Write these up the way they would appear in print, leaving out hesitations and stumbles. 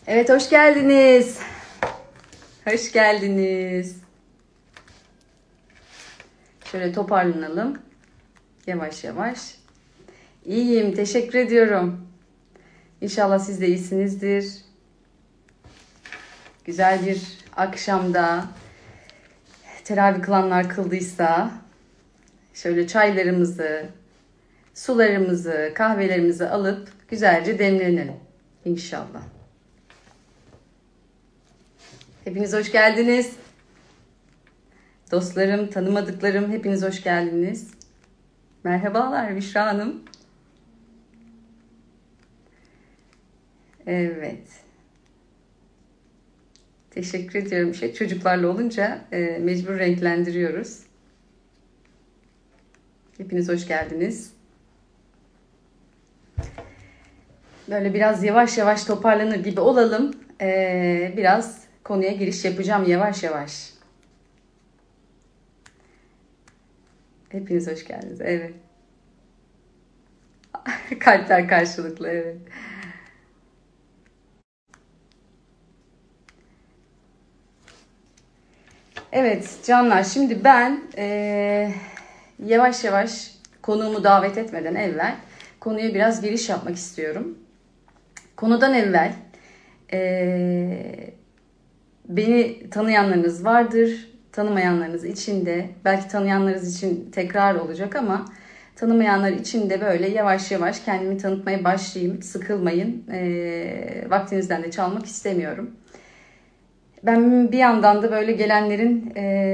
Evet, hoş geldiniz. Hoş geldiniz. Şöyle toparlanalım. Yavaş yavaş. İyiyim, teşekkür ediyorum. İnşallah siz de iyisinizdir. Güzel bir akşamda teravih kılanlar kıldıysa şöyle çaylarımızı, sularımızı, kahvelerimizi alıp güzelce demlenelim. İnşallah. Hepiniz hoş geldiniz. Dostlarım, tanımadıklarım hepiniz hoş geldiniz. Merhabalar Büşra Hanım. Evet. Teşekkür ediyorum. Çocuklarla olunca mecbur renklendiriyoruz. Hepiniz hoş geldiniz. Böyle biraz yavaş yavaş toparlanır gibi olalım. Biraz konuya giriş yapacağım yavaş yavaş. Hepiniz hoş geldiniz. Evet. Kalpler karşılıklı. Evet. Evet canlar, şimdi ben yavaş yavaş konuğumu davet etmeden evvel konuya biraz giriş yapmak istiyorum. Konudan evvel beni tanıyanlarınız vardır, tanımayanlarınız için de, belki tanıyanlarınız için tekrar olacak ama tanımayanlar için de böyle yavaş yavaş kendimi tanıtmaya başlayayım. Hiç sıkılmayın, vaktinizden de çalmak istemiyorum. Ben bir yandan da böyle gelenlerin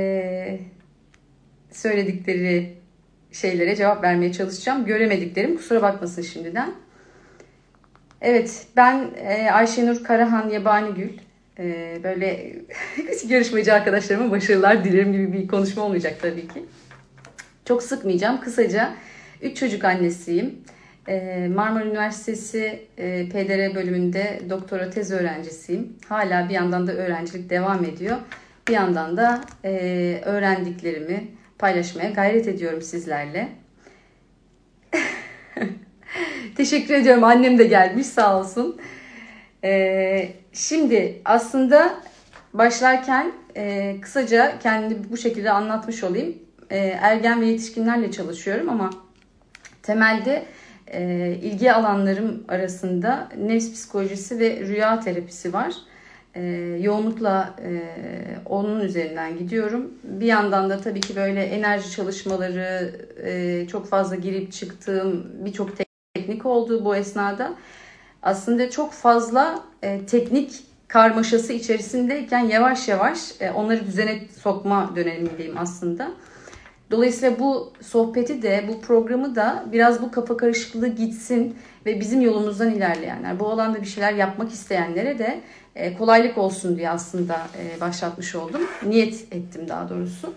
söyledikleri şeylere cevap vermeye çalışacağım. Göremediklerim kusura bakmasın şimdiden. Evet, ben Ayşenur Karahan Yabanigül. Böyle yarışmacı arkadaşlarıma başarılar dilerim gibi bir konuşma olmayacak tabii ki. Çok sıkmayacağım. Kısaca 3 çocuk annesiyim. Marmara Üniversitesi PDR bölümünde doktora tez öğrencisiyim. Hala bir yandan da öğrencilik devam ediyor. Bir yandan da öğrendiklerimi paylaşmaya gayret ediyorum sizlerle. Teşekkür ediyorum. Annem de gelmiş sağ olsun. Şimdi aslında başlarken kısaca kendimi bu şekilde anlatmış olayım. Ergen ve yetişkinlerle çalışıyorum ama temelde ilgi alanlarım arasında nefs psikolojisi ve rüya terapisi var. Yoğunlukla onun üzerinden gidiyorum. Bir yandan da tabii ki böyle enerji çalışmaları, çok fazla girip çıktığım birçok teknik oldu bu esnada. Aslında çok fazla teknik karmaşası içerisindeyken yavaş yavaş onları düzene sokma dönemindeyim aslında. Dolayısıyla bu sohbeti de, bu programı da biraz bu kafa karışıklığı gitsin ve bizim yolumuzdan ilerleyenler, bu alanda bir şeyler yapmak isteyenlere de kolaylık olsun diye aslında başlatmış oldum. Niyet ettim daha doğrusu.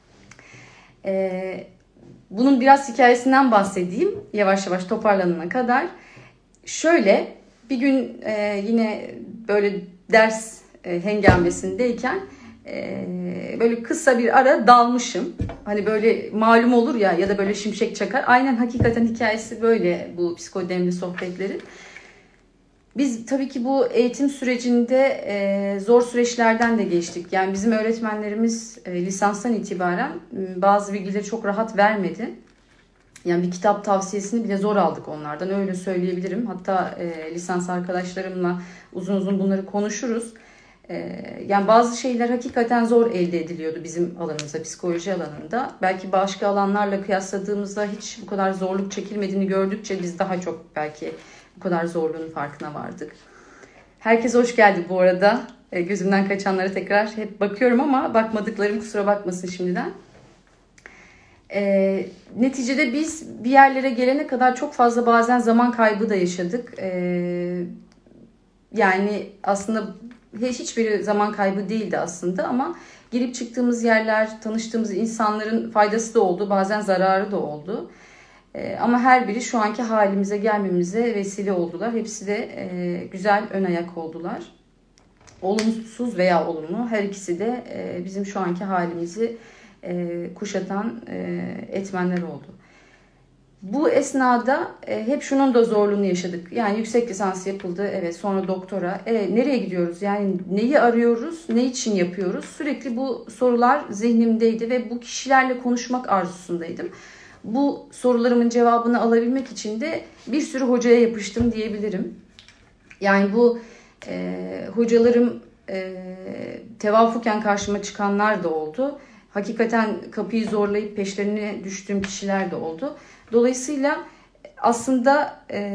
Bunun biraz hikayesinden bahsedeyim yavaş yavaş toparlanana kadar. Şöyle bir gün yine böyle ders hengamesindeyken böyle kısa bir ara dalmışım. Hani böyle malum olur ya ya da böyle şimşek çakar. Aynen hakikaten hikayesi böyle bu psikodemli sohbetlerin. Biz tabii ki bu eğitim sürecinde zor süreçlerden de geçtik. Yani bizim öğretmenlerimiz lisanstan itibaren bazı bilgileri çok rahat vermedi. Yani bir kitap tavsiyesini bile zor aldık onlardan, öyle söyleyebilirim. Hatta lisans arkadaşlarımla uzun uzun bunları konuşuruz. Yani bazı şeyler hakikaten zor elde ediliyordu bizim alanımızda, psikoloji alanında. Belki başka alanlarla kıyasladığımızda hiç bu kadar zorluk çekilmediğini gördükçe biz daha çok belki bu kadar zorluğun farkına vardık. Herkes hoş geldi bu arada. Gözümden kaçanlara tekrar hep bakıyorum ama bakmadıklarım kusura bakmasın şimdiden. Neticede biz bir yerlere gelene kadar çok fazla bazen zaman kaybı da yaşadık. Yani aslında hiçbir zaman kaybı değildi aslında ama girip çıktığımız yerler, tanıştığımız insanların faydası da oldu, bazen zararı da oldu. Ama her biri şu anki halimize gelmemize vesile oldular. Hepsi de güzel ön ayak oldular. Olumsuz veya olumlu her ikisi de bizim şu anki halimizi kuşatan etmenler oldu. Bu esnada hep şunun da zorluğunu yaşadık. Yani yüksek lisans yapıldı, evet, sonra doktora. Nereye gidiyoruz? Yani neyi arıyoruz, ne için yapıyoruz? Sürekli bu sorular zihnimdeydi ve bu kişilerle konuşmak arzusundaydım. Bu sorularımın cevabını alabilmek için de bir sürü hocaya yapıştım diyebilirim. Yani bu hocalarım tevafuken karşıma çıkanlar da oldu. Hakikaten kapıyı zorlayıp peşlerine düştüğüm kişiler de oldu. Dolayısıyla aslında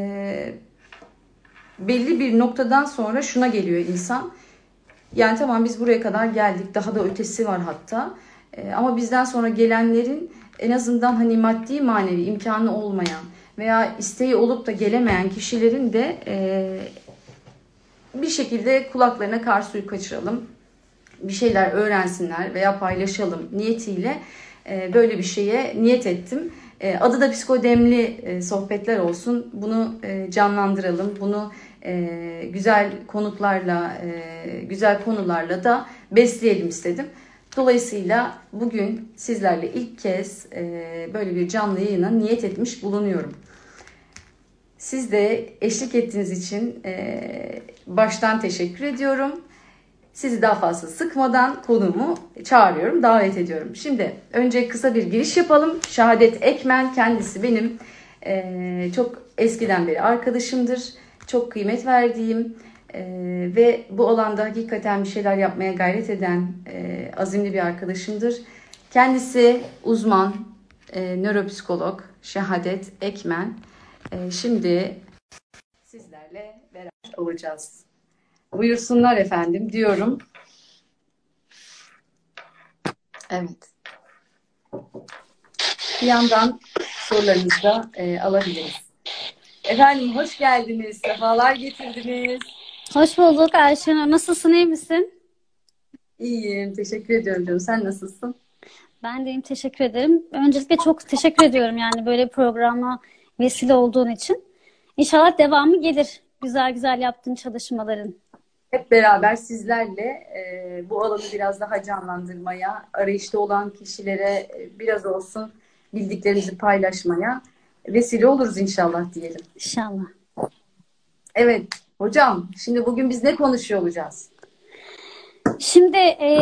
belli bir noktadan sonra şuna geliyor insan. Yani tamam, biz buraya kadar geldik. Daha da ötesi var hatta. Ama bizden sonra gelenlerin en azından hani maddi manevi imkanı olmayan veya isteği olup da gelemeyen kişilerin de bir şekilde kulaklarına kar suyu kaçıralım, bir şeyler öğrensinler veya paylaşalım niyetiyle böyle bir şeye niyet ettim. Adı da psikodemli sohbetler olsun. Bunu canlandıralım. Bunu güzel konuklarla, güzel konularla da besleyelim istedim. Dolayısıyla bugün sizlerle ilk kez böyle bir canlı yayına niyet etmiş bulunuyorum. Siz de eşlik ettiğiniz için baştan teşekkür ediyorum. Sizi daha fazla sıkmadan konuğumu çağırıyorum, davet ediyorum. Şimdi önce kısa bir giriş yapalım. Şahadet Ekmen, kendisi benim çok eskiden beri arkadaşımdır. Çok kıymet verdiğim ve bu alanda hakikaten bir şeyler yapmaya gayret eden azimli bir arkadaşımdır. Kendisi uzman, nöropsikolog Şahadet Ekmen. Şimdi sizlerle beraber olacağız. Buyursunlar efendim diyorum. Evet. Bir yandan sorularınızı da alabiliriz. Efendim hoş geldiniz. Sefalar getirdiniz. Hoş bulduk Ayşenur. Nasılsın, iyi misin? İyiyim. Teşekkür ediyorum canım. Sen nasılsın? Ben de iyiyim, teşekkür ederim. Öncelikle çok teşekkür ediyorum yani böyle bir programa vesile olduğun için. İnşallah devamı gelir. Güzel güzel yaptığın çalışmaların. Hep beraber sizlerle bu alanı biraz daha canlandırmaya, arayışta olan kişilere biraz olsun bildiklerimizi paylaşmaya vesile oluruz inşallah diyelim. İnşallah. Evet hocam, şimdi bugün biz ne konuşuyor olacağız? Şimdi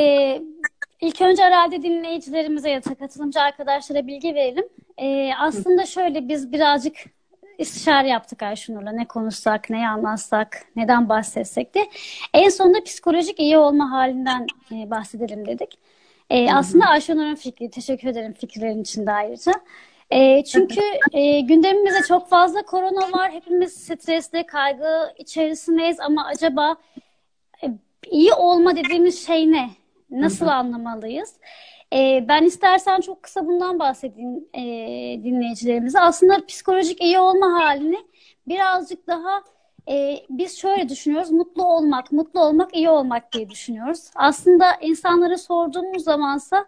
ilk önce herhalde dinleyicilerimize ya da katılımcı arkadaşlara bilgi verelim. Aslında şöyle biz birazcık istişare yaptık Ayşenur'la. Ne konuşsak, ne anlatsak, neden bahsetsek de. En sonunda psikolojik iyi olma halinden bahsedelim dedik. Aslında Ayşenur'un fikri. Teşekkür ederim fikirlerin için de ayrıca. Çünkü gündemimizde çok fazla korona var. Hepimiz stresli, kaygı içerisindeyiz ama acaba iyi olma dediğimiz şey ne? Nasıl anlamalıyız? Ben istersen çok kısa bundan bahsedeyim dinleyicilerimize. Aslında psikolojik iyi olma halini birazcık daha biz şöyle düşünüyoruz. Mutlu olmak, iyi olmak diye düşünüyoruz. Aslında insanlara sorduğumuz zamansa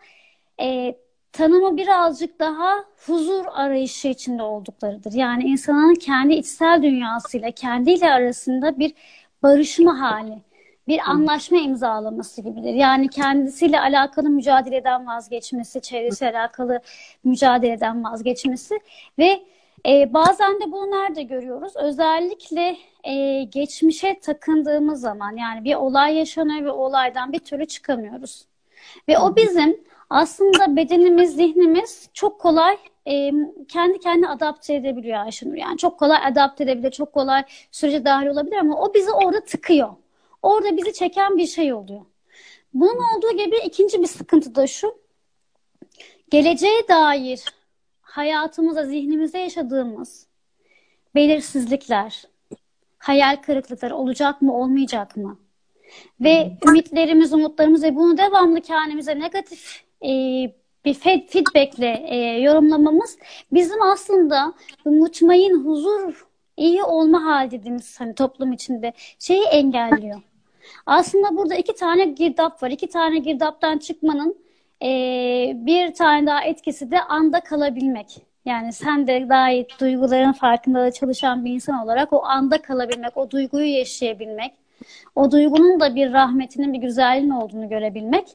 tanımı birazcık daha huzur arayışı içinde olduklarıdır. Yani insanın kendi içsel dünyasıyla, kendiyle arasında bir barışma hali, bir anlaşma imzalaması gibidir. Yani kendisiyle alakalı mücadeleden vazgeçmesi, çevresiyle alakalı mücadeleden vazgeçmesi ve bazen de bunu nerede görüyoruz? Özellikle geçmişe takındığımız zaman, yani bir olay yaşanıyor ve o olaydan bir türlü çıkamıyoruz. Ve o bizim aslında bedenimiz, zihnimiz çok kolay kendi kendine adapte edebiliyor Ayşenur. Yani çok kolay adapte edebilir, çok kolay sürece dahil olabilir ama o bizi orada tıkıyor. Orada bizi çeken bir şey oluyor. Bunun olduğu gibi ikinci bir sıkıntı da şu. Geleceğe dair hayatımızda, zihnimizde yaşadığımız belirsizlikler, hayal kırıklıkları olacak mı, olmayacak mı? Ve ümitlerimiz, umutlarımız ve bunu devamlı kendimize negatif bir feedbackle yorumlamamız bizim aslında mutmain, huzur, iyi olma hali dediğimiz hani toplum içinde şeyi engelliyor. Aslında burada iki tane girdap var. İki tane girdaptan çıkmanın bir tane daha etkisi de anda kalabilmek. Yani sen de daha iyi duyguların farkında çalışan bir insan olarak o anda kalabilmek, o duyguyu yaşayabilmek, o duygunun da bir rahmetinin, bir güzelliğinin olduğunu görebilmek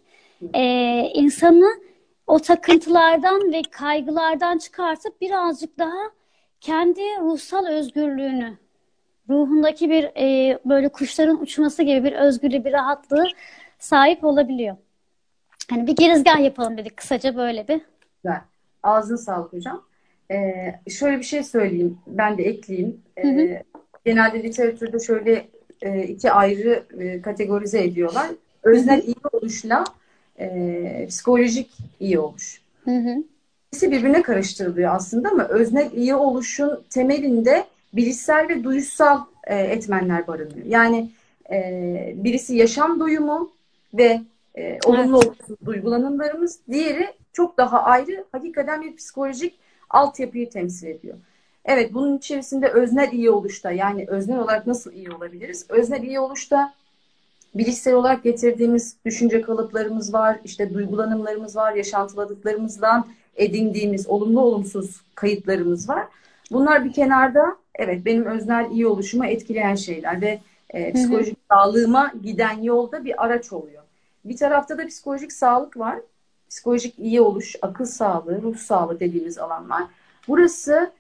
insanı o takıntılardan ve kaygılardan çıkartıp birazcık daha kendi ruhsal özgürlüğünü, ruhundaki bir böyle kuşların uçması gibi bir özgürlüğü, bir rahatlığı sahip olabiliyor. Hani bir girizgah yapalım dedik kısaca böyle bir. Güzel. Ağzına sağlık hocam. Şöyle bir şey söyleyeyim. Ben de ekleyeyim. Hı hı, Genelde literatürde şöyle iki ayrı kategorize ediyorlar. hı hı, Öznel iyi oluşla psikolojik iyi oluş. hı hı, İkisi birbirine karıştırılıyor aslında ama öznel iyi oluşun temelinde bilişsel ve duyusal etmenler barınıyor. Yani birisi yaşam duyumu ve olumlu evet. olumsuz duygulanımlarımız, diğeri çok daha ayrı, hakikaten bir psikolojik altyapıyı temsil ediyor. Evet, bunun içerisinde öznel iyi oluşta, yani öznel olarak nasıl iyi olabiliriz? Öznel iyi oluşta bilişsel olarak getirdiğimiz düşünce kalıplarımız var, işte duygulanımlarımız var, yaşantıladıklarımızdan edindiğimiz olumlu olumsuz kayıtlarımız var. Bunlar bir kenarda, evet, benim öznel iyi oluşumu etkileyen şeyler ve Hı hı, psikolojik sağlığıma giden yolda bir araç oluyor. Bir tarafta da psikolojik sağlık var. Psikolojik iyi oluş, akıl sağlığı, ruh sağlığı dediğimiz alanlar. Burası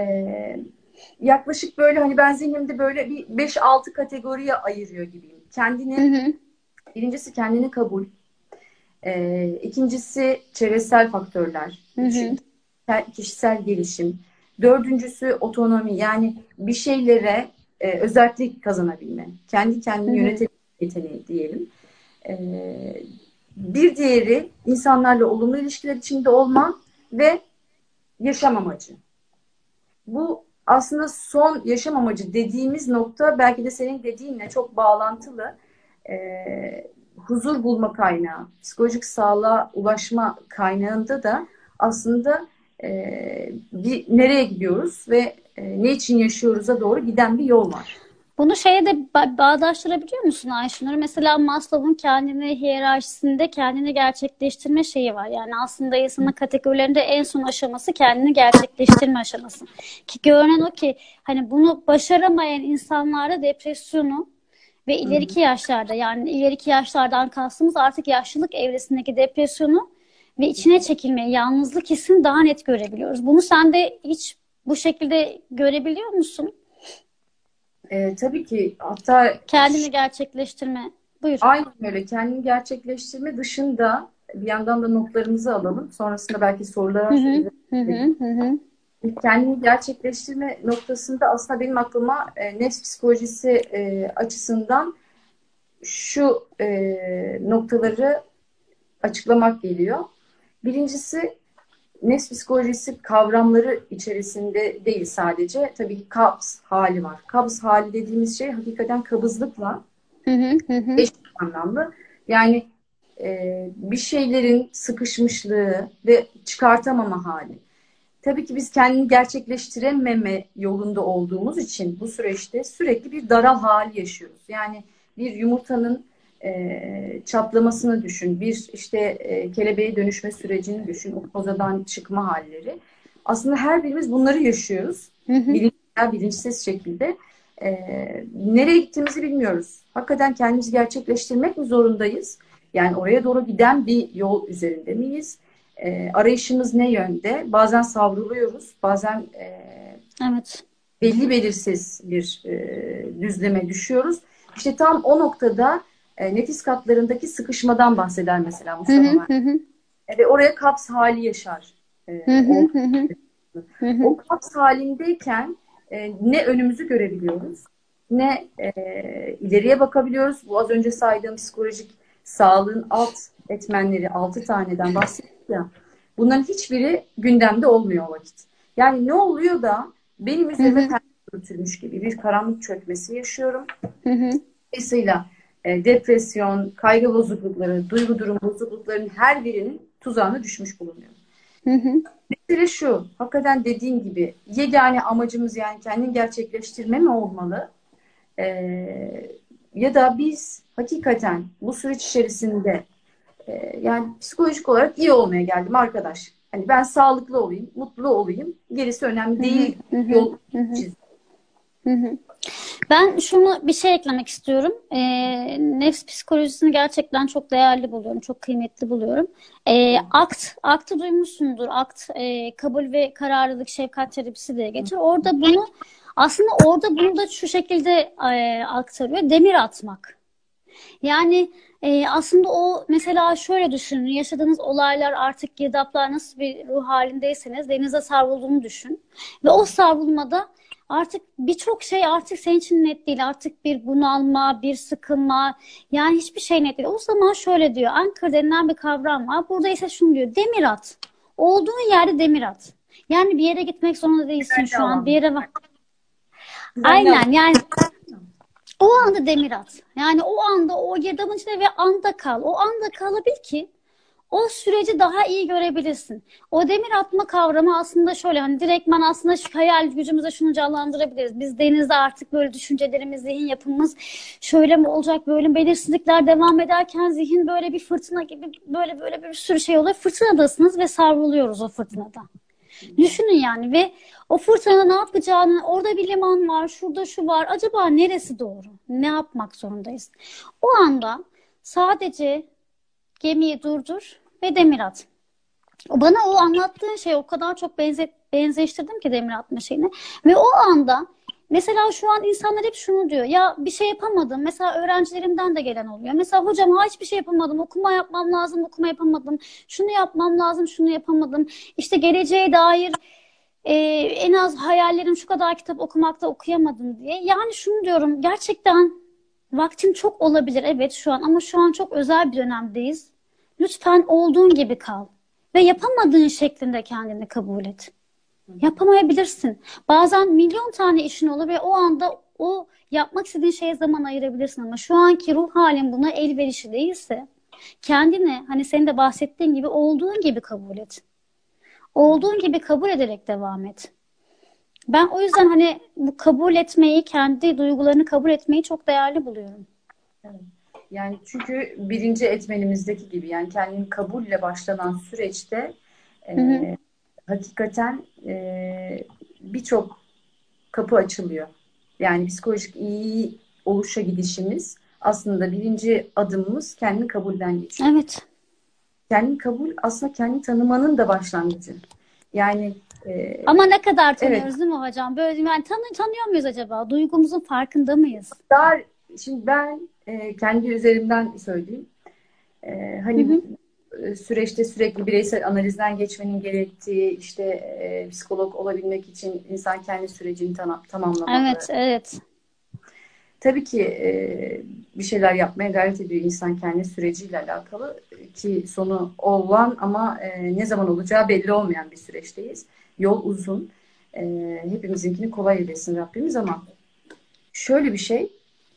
yaklaşık böyle, hani ben zihnimde böyle bir 5-6 kategoriye ayırıyor gibiyim. hı hı, Birincisi kendini kabul. İkincisi çevresel faktörler. hı hı, Üçüncüsü kişisel gelişim. Dördüncüsü otonomi, yani bir şeylere özellik kazanabilme. Kendi hı kendini hı. yönetebilme yeteneği diyelim. E, Bir diğeri insanlarla olumlu ilişkiler içinde olma ve yaşam amacı. Bu aslında son yaşam amacı dediğimiz nokta belki de senin dediğinle çok bağlantılı. Huzur bulma kaynağı, psikolojik sağlığa ulaşma kaynağında da aslında bir nereye gidiyoruz ve ne için yaşıyoruz'a doğru giden bir yol var. Bunu şeye de bağdaştırabiliyor musun Ayşenur? Mesela Maslow'un kendini hiyerarşisinde kendini gerçekleştirme şeyi var. Yani aslında insanın kategorilerinde en son aşaması kendini gerçekleştirme aşaması. Ki görünen o ki hani bunu başaramayan insanlarda depresyonu ve Hı hı. ileriki yaşlarda, yani ileriki yaşlardan kastımız artık yaşlılık evresindeki depresyonu ve içine çekilmeyi, yalnızlık hissini daha net görebiliyoruz. Bunu sen de hiç bu şekilde görebiliyor musun? Tabii ki, hatta Kendini gerçekleştirme. Buyur. aynen öyle, kendini gerçekleştirme dışında bir yandan da notlarımızı alalım. Sonrasında belki Hı sorular hı, hı hı, hı hı, kendini gerçekleştirme noktasında aslında benim aklıma nefs psikolojisi açısından şu noktaları açıklamak geliyor. Birincisi, nefs psikolojisi kavramları içerisinde değil sadece. Tabii ki kabz hali var. Kabz hali dediğimiz şey hakikaten kabızlıkla hı hı, hı hı, eş anlamlı. Yani bir şeylerin sıkışmışlığı ve çıkartamama hali. Tabii ki biz kendini gerçekleştirememe yolunda olduğumuz için bu süreçte sürekli bir daral hali yaşıyoruz. Yani bir yumurtanın çatlamasını düşün, bir işte kelebeğe dönüşme sürecini düşün, o kozadan çıkma halleri. Aslında her birimiz bunları yaşıyoruz. hı hı. Bilinçli veya bilinçsiz şekilde. Nereye gittiğimizi bilmiyoruz. Hakikaten kendimizi gerçekleştirmek mi zorundayız? Yani oraya doğru giden bir yol üzerinde miyiz? Arayışımız ne yönde? Bazen savruluyoruz, bazen Evet. belli belirsiz bir düzleme düşüyoruz. İşte tam o noktada nefis katlarındaki sıkışmadan bahseder mesela Hı Mustafa hı, Mer. hı hı, Ve oraya kaps hali yaşar. hı hı, O, hı hı, hı hı, o kaps halindeyken ne önümüzü görebiliyoruz, ne ileriye bakabiliyoruz. Bu az önce saydığım psikolojik sağlığın alt etmenleri, 6 taneden bahsettik ya. Bunların hiçbiri gündemde olmuyor o vakit. Yani ne oluyor da benim hı üzerime hı, perde örtülmüş gibi bir karanlık çökmesi yaşıyorum. hı hı, Dolayısıyla depresyon, kaygı bozuklukları, duygu durum bozukluklarının her birinin tuzağına düşmüş bulunuyor. hı hı. Mesele şu, hakikaten dediğin gibi yegane amacımız yani kendini gerçekleştirme mi olmalı? Ya da biz hakikaten bu süreç içerisinde yani psikolojik olarak iyi olmaya geldim arkadaş. Hani ben sağlıklı olayım, mutlu olayım, gerisi önemli Hı hı, değil hı hı, yol hı hı, çiz. hı hı. Ben şunu bir şey eklemek istiyorum. Nefs psikolojisini gerçekten çok değerli buluyorum, çok kıymetli buluyorum. Akt'ı duymuşsundur. Akt, kabul ve kararlılık, şefkat terapisi diye geçiyor. Orada bunu da şu şekilde aktarıyor. Demir atmak. Yani aslında o mesela şöyle düşünün. Yaşadığınız olaylar artık girdaplar nasıl bir ruh halindeyseniz denize savrulduğunu düşün. Ve o savrulmada artık birçok şey artık senin için net değil. Artık bir bunalma, bir sıkılma yani hiçbir şey net değil. O zaman şöyle diyor. Anchor denilen bir kavram var. Burada ise şunu diyor. Demir at. Olduğun yerde demir at. Yani bir yere gitmek zorunda değilsin Güvenli şu an. Bir alan. yere bak. Güvenli alan. Aynen yani o anda demir at. Yani o anda o girdabın içinde ve anda kal. O anda kalabil ki o süreci daha iyi görebilirsin. O demir atma kavramı aslında şöyle hani direktman aslında şu hayal gücümüzde şunu canlandırabiliriz. Biz denizde artık böyle düşüncelerimiz, zihin yapımız şöyle mi olacak böyle mi? Belirsizlikler devam ederken zihin böyle bir fırtına gibi böyle bir sürü şey oluyor. Fırtınadasınız ve savruluyoruz o fırtınada. Düşünün yani ve o fırtına ne yapacağını, orada bir liman var, şurada şu var. Acaba neresi doğru? Ne yapmak zorundayız? O anda sadece gemiyi durdur ve demir at. Bana o anlattığın şey o kadar çok benzeştirdim ki demir atma şeyini. Ve o anda mesela şu an insanlar hep şunu diyor. Ya bir şey yapamadım. Mesela öğrencilerimden de gelen oluyor. Mesela hocam hiçbir şey yapamadım. Okuma yapmam lazım. Okuma yapamadım. Şunu yapmam lazım. Şunu yapamadım. İşte geleceğe dair en az hayallerim şu kadar kitap okumakta okuyamadım diye. Yani şunu diyorum. Gerçekten vaktim çok olabilir. Evet şu an ama şu an çok özel bir dönemdeyiz. Lütfen olduğun gibi kal. Ve yapamadığın şeklinde kendini kabul et. Yapamayabilirsin. Bazen milyon tane işin olur ve o anda o yapmak istediğin şeye zaman ayırabilirsin ama şu anki ruh halin buna elverişli değilse kendini hani senin de bahsettiğin gibi olduğun gibi kabul et. Olduğun gibi kabul ederek devam et. Ben o yüzden hani bu kabul etmeyi, kendi duygularını kabul etmeyi çok değerli buluyorum. Evet. Yani çünkü birinci etmenimizdeki gibi yani kendini kabulle başlanan süreçte Hı hı. hakikaten birçok kapı açılıyor. Yani psikolojik iyi oluşa gidişimiz aslında birinci adımımız kendini kabulden geçiyor. Evet. Kendini kabul aslında kendini tanımanın da başlangıcı. Yani Ama ne kadar evet tanıyoruz değil mi hocam? Böyle yani tanıyor muyuz acaba? Duygumuzun farkında mıyız? daha şimdi ben kendi üzerimden söyleyeyim. Hı Hani hı. süreçte sürekli bireysel analizden geçmenin gerektiği işte psikolog olabilmek için insan kendi sürecini tamamlamalı. Evet, evet. Tabii ki bir şeyler yapmaya gayret ediyor insan kendi süreciyle alakalı ki sonu olan ama ne zaman olacağı belli olmayan bir süreçteyiz. Yol uzun. Hepimizinkini kolay eylesin Rabbimiz ama şöyle bir şey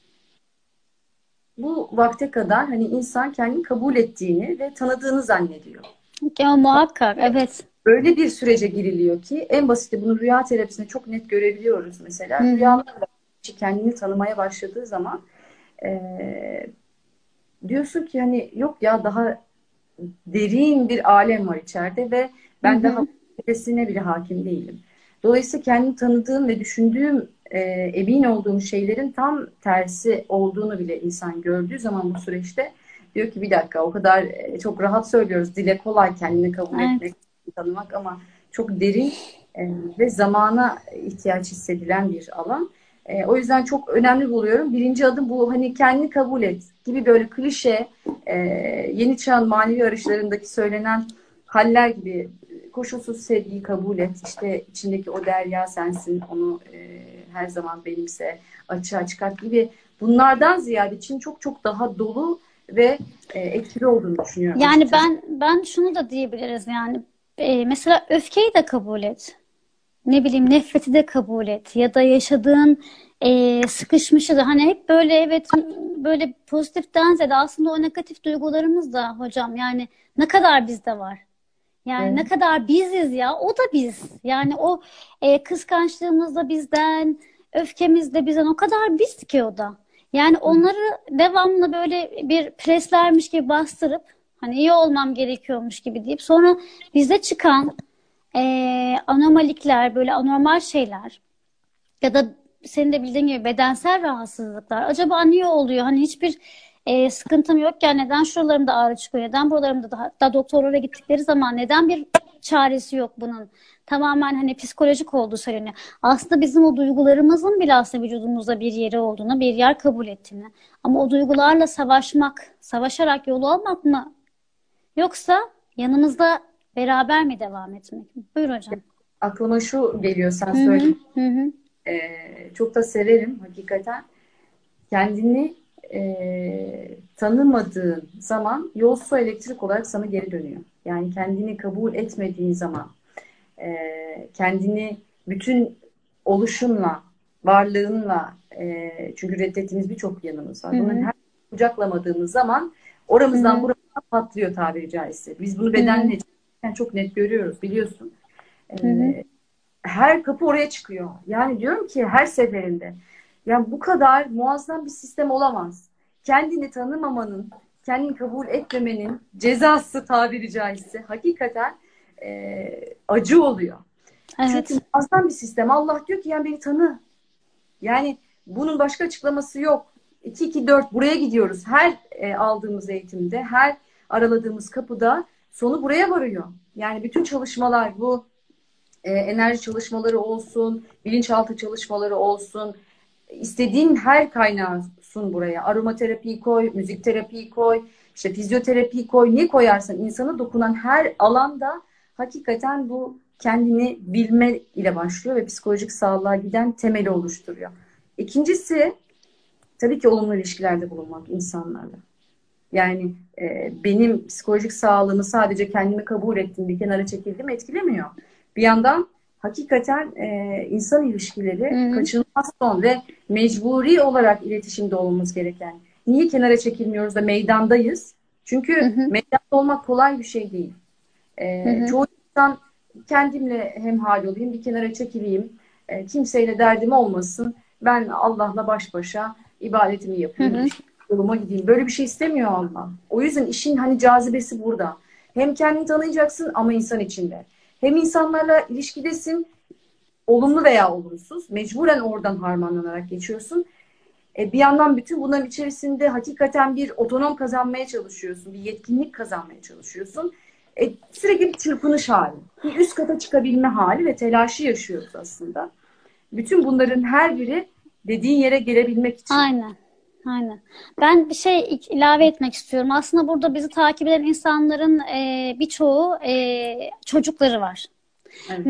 bu vakte kadar hani insan kendini kabul ettiğini ve tanıdığını zannediyor. Ya, muhakkak, Ve evet. öyle bir sürece giriliyor ki en basiti bunu rüya terapisinde çok net görebiliyoruz Hı mesela. hı. Rüyalarla kişi kendini tanımaya başladığı zaman e, diyorsun ki hani yok ya daha derin bir alem var içeride ve Hı ben daha hı. nefesine bile hakim değilim. Dolayısıyla kendimi tanıdığım ve düşündüğüm, emin olduğum şeylerin tam tersi olduğunu bile insan gördüğü zaman bu süreçte diyor ki bir dakika o kadar çok rahat söylüyoruz. Dile kolay kendini kabul Evet. etmek, tanımak ama çok derin ve zamana ihtiyaç hissedilen bir alan. O yüzden çok önemli buluyorum. Birinci adım bu hani kendini kabul et gibi böyle klişe e, yeni çağın manevi arayışlarındaki söylenen haller gibi koşulsuz sevgiyi kabul et. İşte içindeki o derya sensin. Onu her zaman benimse açığa çıkart gibi bunlardan ziyade için çok çok daha dolu ve etkili olduğunu düşünüyorum Yani açıkçası. ben şunu da diyebiliriz yani mesela öfkeyi de kabul et. Ne bileyim nefreti de kabul et ya da yaşadığın sıkışmışı da hani hep böyle evet böyle pozitiften ziyade aslında o negatif duygularımız da hocam yani ne kadar bizde var. Yani ne Evet. kadar biziz ya o da biz. Yani o kıskançlığımız da bizden, öfkemiz de bizden o kadar biz ki o da. Yani onları devamlı böyle bir preslermiş gibi bastırıp hani iyi olmam gerekiyormuş gibi deyip sonra bizde çıkan anomalilikler, böyle anormal şeyler ya da senin de bildiğin gibi bedensel rahatsızlıklar. Acaba niye oluyor? Hani hiçbir sıkıntım yokken neden şuralarımda ağrı çıkıyor? Neden buralarımda da doktorlara gittikleri zaman neden bir çaresi yok bunun? Tamamen hani psikolojik olduğu söyleniyor. Aslında bizim o duygularımızın bile aslında vücudumuzda bir yeri olduğunu, bir yer kabul ettiğini. Ama o duygularla savaşmak, savaşarak yol almak mı? Yoksa yanımızda beraber mi devam etmek mi? Buyur hocam. Aklıma şu geliyor sen Hı hı, söyle. hı hı, Çok da severim hakikaten. Kendini tanımadığın zaman yol su elektrik olarak sana geri dönüyor. Yani kendini kabul etmediğin zaman, kendini bütün oluşunla, varlığınla, çünkü reddettiğimiz birçok yanımız var. hı Bunların hı, her kucaklamadığımız zaman hı oramızdan hı, buramızdan patlıyor tabiri caizse. Biz bunu hı hı, bedenle çok net görüyoruz biliyorsun. hı hı. Her kapı oraya çıkıyor. Yani diyorum ki her seferinde yani bu kadar muazzam bir sistem olamaz. Kendini tanımamanın, kendini kabul etmemenin cezası tabiri caizse hakikaten acı oluyor. Çünkü Evet. muazzam bir sistem. Allah diyor ki yani beni tanı. Yani bunun başka açıklaması yok. 2-2-4 buraya gidiyoruz. Her aldığımız eğitimde, her araladığımız kapıda sonu buraya varıyor. Yani bütün çalışmalar bu enerji çalışmaları olsun, bilinçaltı çalışmaları olsun, istediğin her kaynağı sun buraya. Aromaterapiyi koy, müzik terapiyi koy, işte fizyoterapiyi koy. Ne koyarsan insana dokunan her alanda hakikaten bu kendini bilme ile başlıyor ve psikolojik sağlığa giden temeli oluşturuyor. İkincisi tabii ki olumlu ilişkilerde bulunmak insanlarla. Yani benim psikolojik sağlığımı sadece kendimi kabul ettim, bir kenara çekildim etkilemiyor. Bir yandan hakikaten insan Hı ilişkileri hı, kaçınılmaz son ve mecburi olarak iletişimde olmamız gereken. Niye kenara çekilmiyoruz da meydandayız? hı Çünkü hı, meydanda olmak kolay bir şey değil. hı hı, Çoğu insan kendimle hemhal olayım, bir kenara çekileyim, kimseyle derdim olmasın, ben Allah'la baş başa ibadetimi hı yapayım, hı. işte yoluma gideyim. Böyle bir şey istemiyor Allah. O yüzden işin hani cazibesi burada. Hem kendini tanıyacaksın ama insan içinde. Hem insanlarla ilişkidesin, olumlu veya olumsuz, mecburen oradan harmanlanarak geçiyorsun. Bir yandan bütün bunların içerisinde hakikaten bir otonom kazanmaya çalışıyorsun, bir yetkinlik kazanmaya çalışıyorsun. Sürekli bir çırpınış hali, bir üst kata çıkabilme hali ve telaşı yaşıyoruz aslında. Bütün bunların her biri dediğin yere gelebilmek için. Aynen. Aynen. Ben bir şey ilave etmek istiyorum. Aslında burada bizi takip eden insanların birçoğu çocukları var. Evet. Ve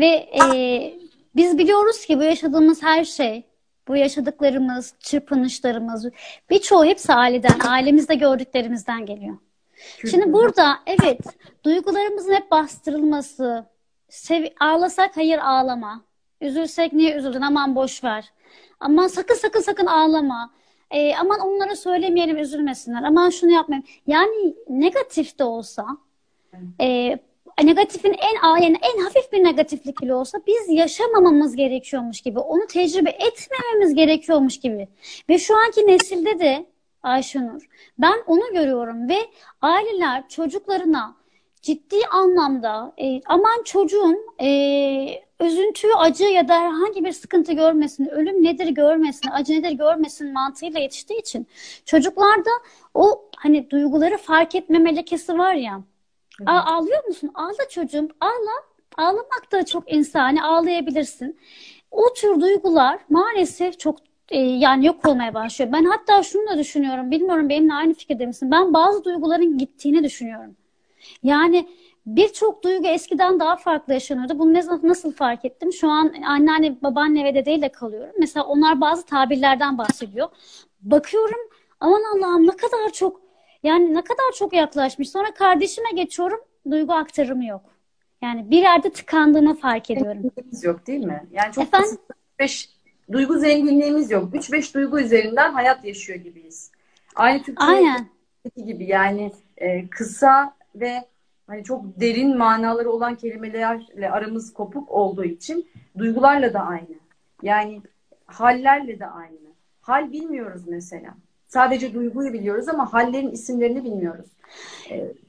biz biliyoruz ki bu yaşadığımız her şey, bu yaşadıklarımız, çırpınışlarımız, birçoğu hepsi aileden, ailemizde gördüklerimizden geliyor. Şimdi Kültürden. burada evet, duygularımızın hep bastırılması, ağlasak hayır ağlama, üzülsek niye üzüldün aman boş ver, aman sakın sakın sakın ağlama, aman onlara söylemeyelim üzülmesinler, aman şunu yapmayayım. Yani negatif de olsa e, negatifin yani en hafif bir negatiflik bile olsa biz yaşamamamız gerekiyormuş gibi, onu tecrübe etmememiz gerekiyormuş gibi. Ve şu anki nesilde de Ayşenur, ben onu görüyorum ve aileler çocuklarına ciddi anlamda aman çocuğum üzüntüyü, acı ya da herhangi bir sıkıntı görmesin, ölüm nedir görmesin, acı nedir görmesin mantığıyla yetiştiği için çocuklarda o hani duyguları fark etme melekesi var ya. Evet. Ağlıyor musun? Ağla çocuğum. Ağla. Ağlamak da çok insani. Ağlayabilirsin. O tür duygular maalesef çok yani yok olmaya başlıyor. Ben hatta şunu da düşünüyorum. Bilmiyorum benimle aynı fikirde misin? Ben bazı duyguların gittiğini düşünüyorum. Yani birçok duygu eskiden daha farklı yaşanıyordu. Bunu nasıl fark ettim? Şu an anneanne, babaanne ve dedeyle kalıyorum. Mesela onlar bazı tabirlerden bahsediyor. Bakıyorum aman Allah'ım ne kadar çok, yani ne kadar çok yaklaşmış. Sonra kardeşime geçiyorum, duygu aktarımı yok. Yani bir yerde tıkandığımı fark ediyorum. Zenginliğimiz yok değil mi? Yani çok Efendim? kısıtlı 5 duygu zenginliğimiz yok. 3-5 duygu üzerinden hayat yaşıyor gibiyiz. Aynı Türkçedeki Aynen. gibi yani kısa ve hani çok derin manaları olan kelimelerle aramız kopuk olduğu için duygularla da aynı. Yani hallerle de aynı. Hal bilmiyoruz mesela. Sadece duyguyu biliyoruz ama hallerin isimlerini bilmiyoruz.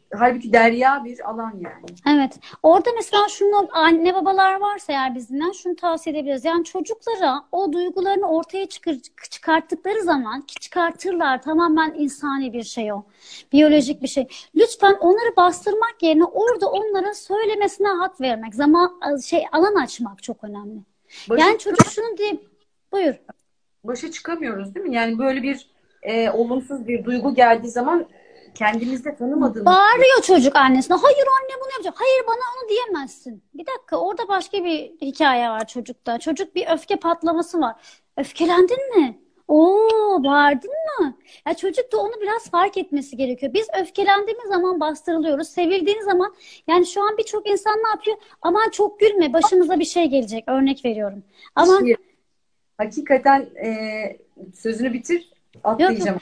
halbuki derya bir alan yani. Evet. Orada mesela şunu, anne babalar varsa eğer bizden şunu tavsiye edebiliriz. Yani çocuklara o duygularını ortaya çıkarttıkları zaman, ki çıkartırlar, tamamen insani bir şey o. Biyolojik bir şey. Lütfen onları bastırmak yerine orada onlara söylemesine hak vermek. Alan açmak çok önemli. Başa, Yani çocuk şunu diye, buyur. başa çıkamıyoruz değil mi? Yani böyle bir olumsuz bir duygu geldiği zaman kendimizde tanımadığımız bir Bağırıyor çocuk annesine. Hayır anne bunu yapacak. Hayır bana onu diyemezsin. Bir dakika, orada başka bir hikaye var çocukta. Çocuk bir öfke patlaması var. Öfkelendin mi? Oo, bağırdın mı? Ya çocuk da onu biraz fark etmesi gerekiyor. Biz öfkelendiğimiz zaman bastırılıyoruz. Sevildiğiniz zaman, yani şu an birçok insan ne yapıyor? Aman çok gülme, başımıza bir şey gelecek. Örnek veriyorum. Aman şey. Hakikaten sözünü bitir, yok yok. atlayacağım.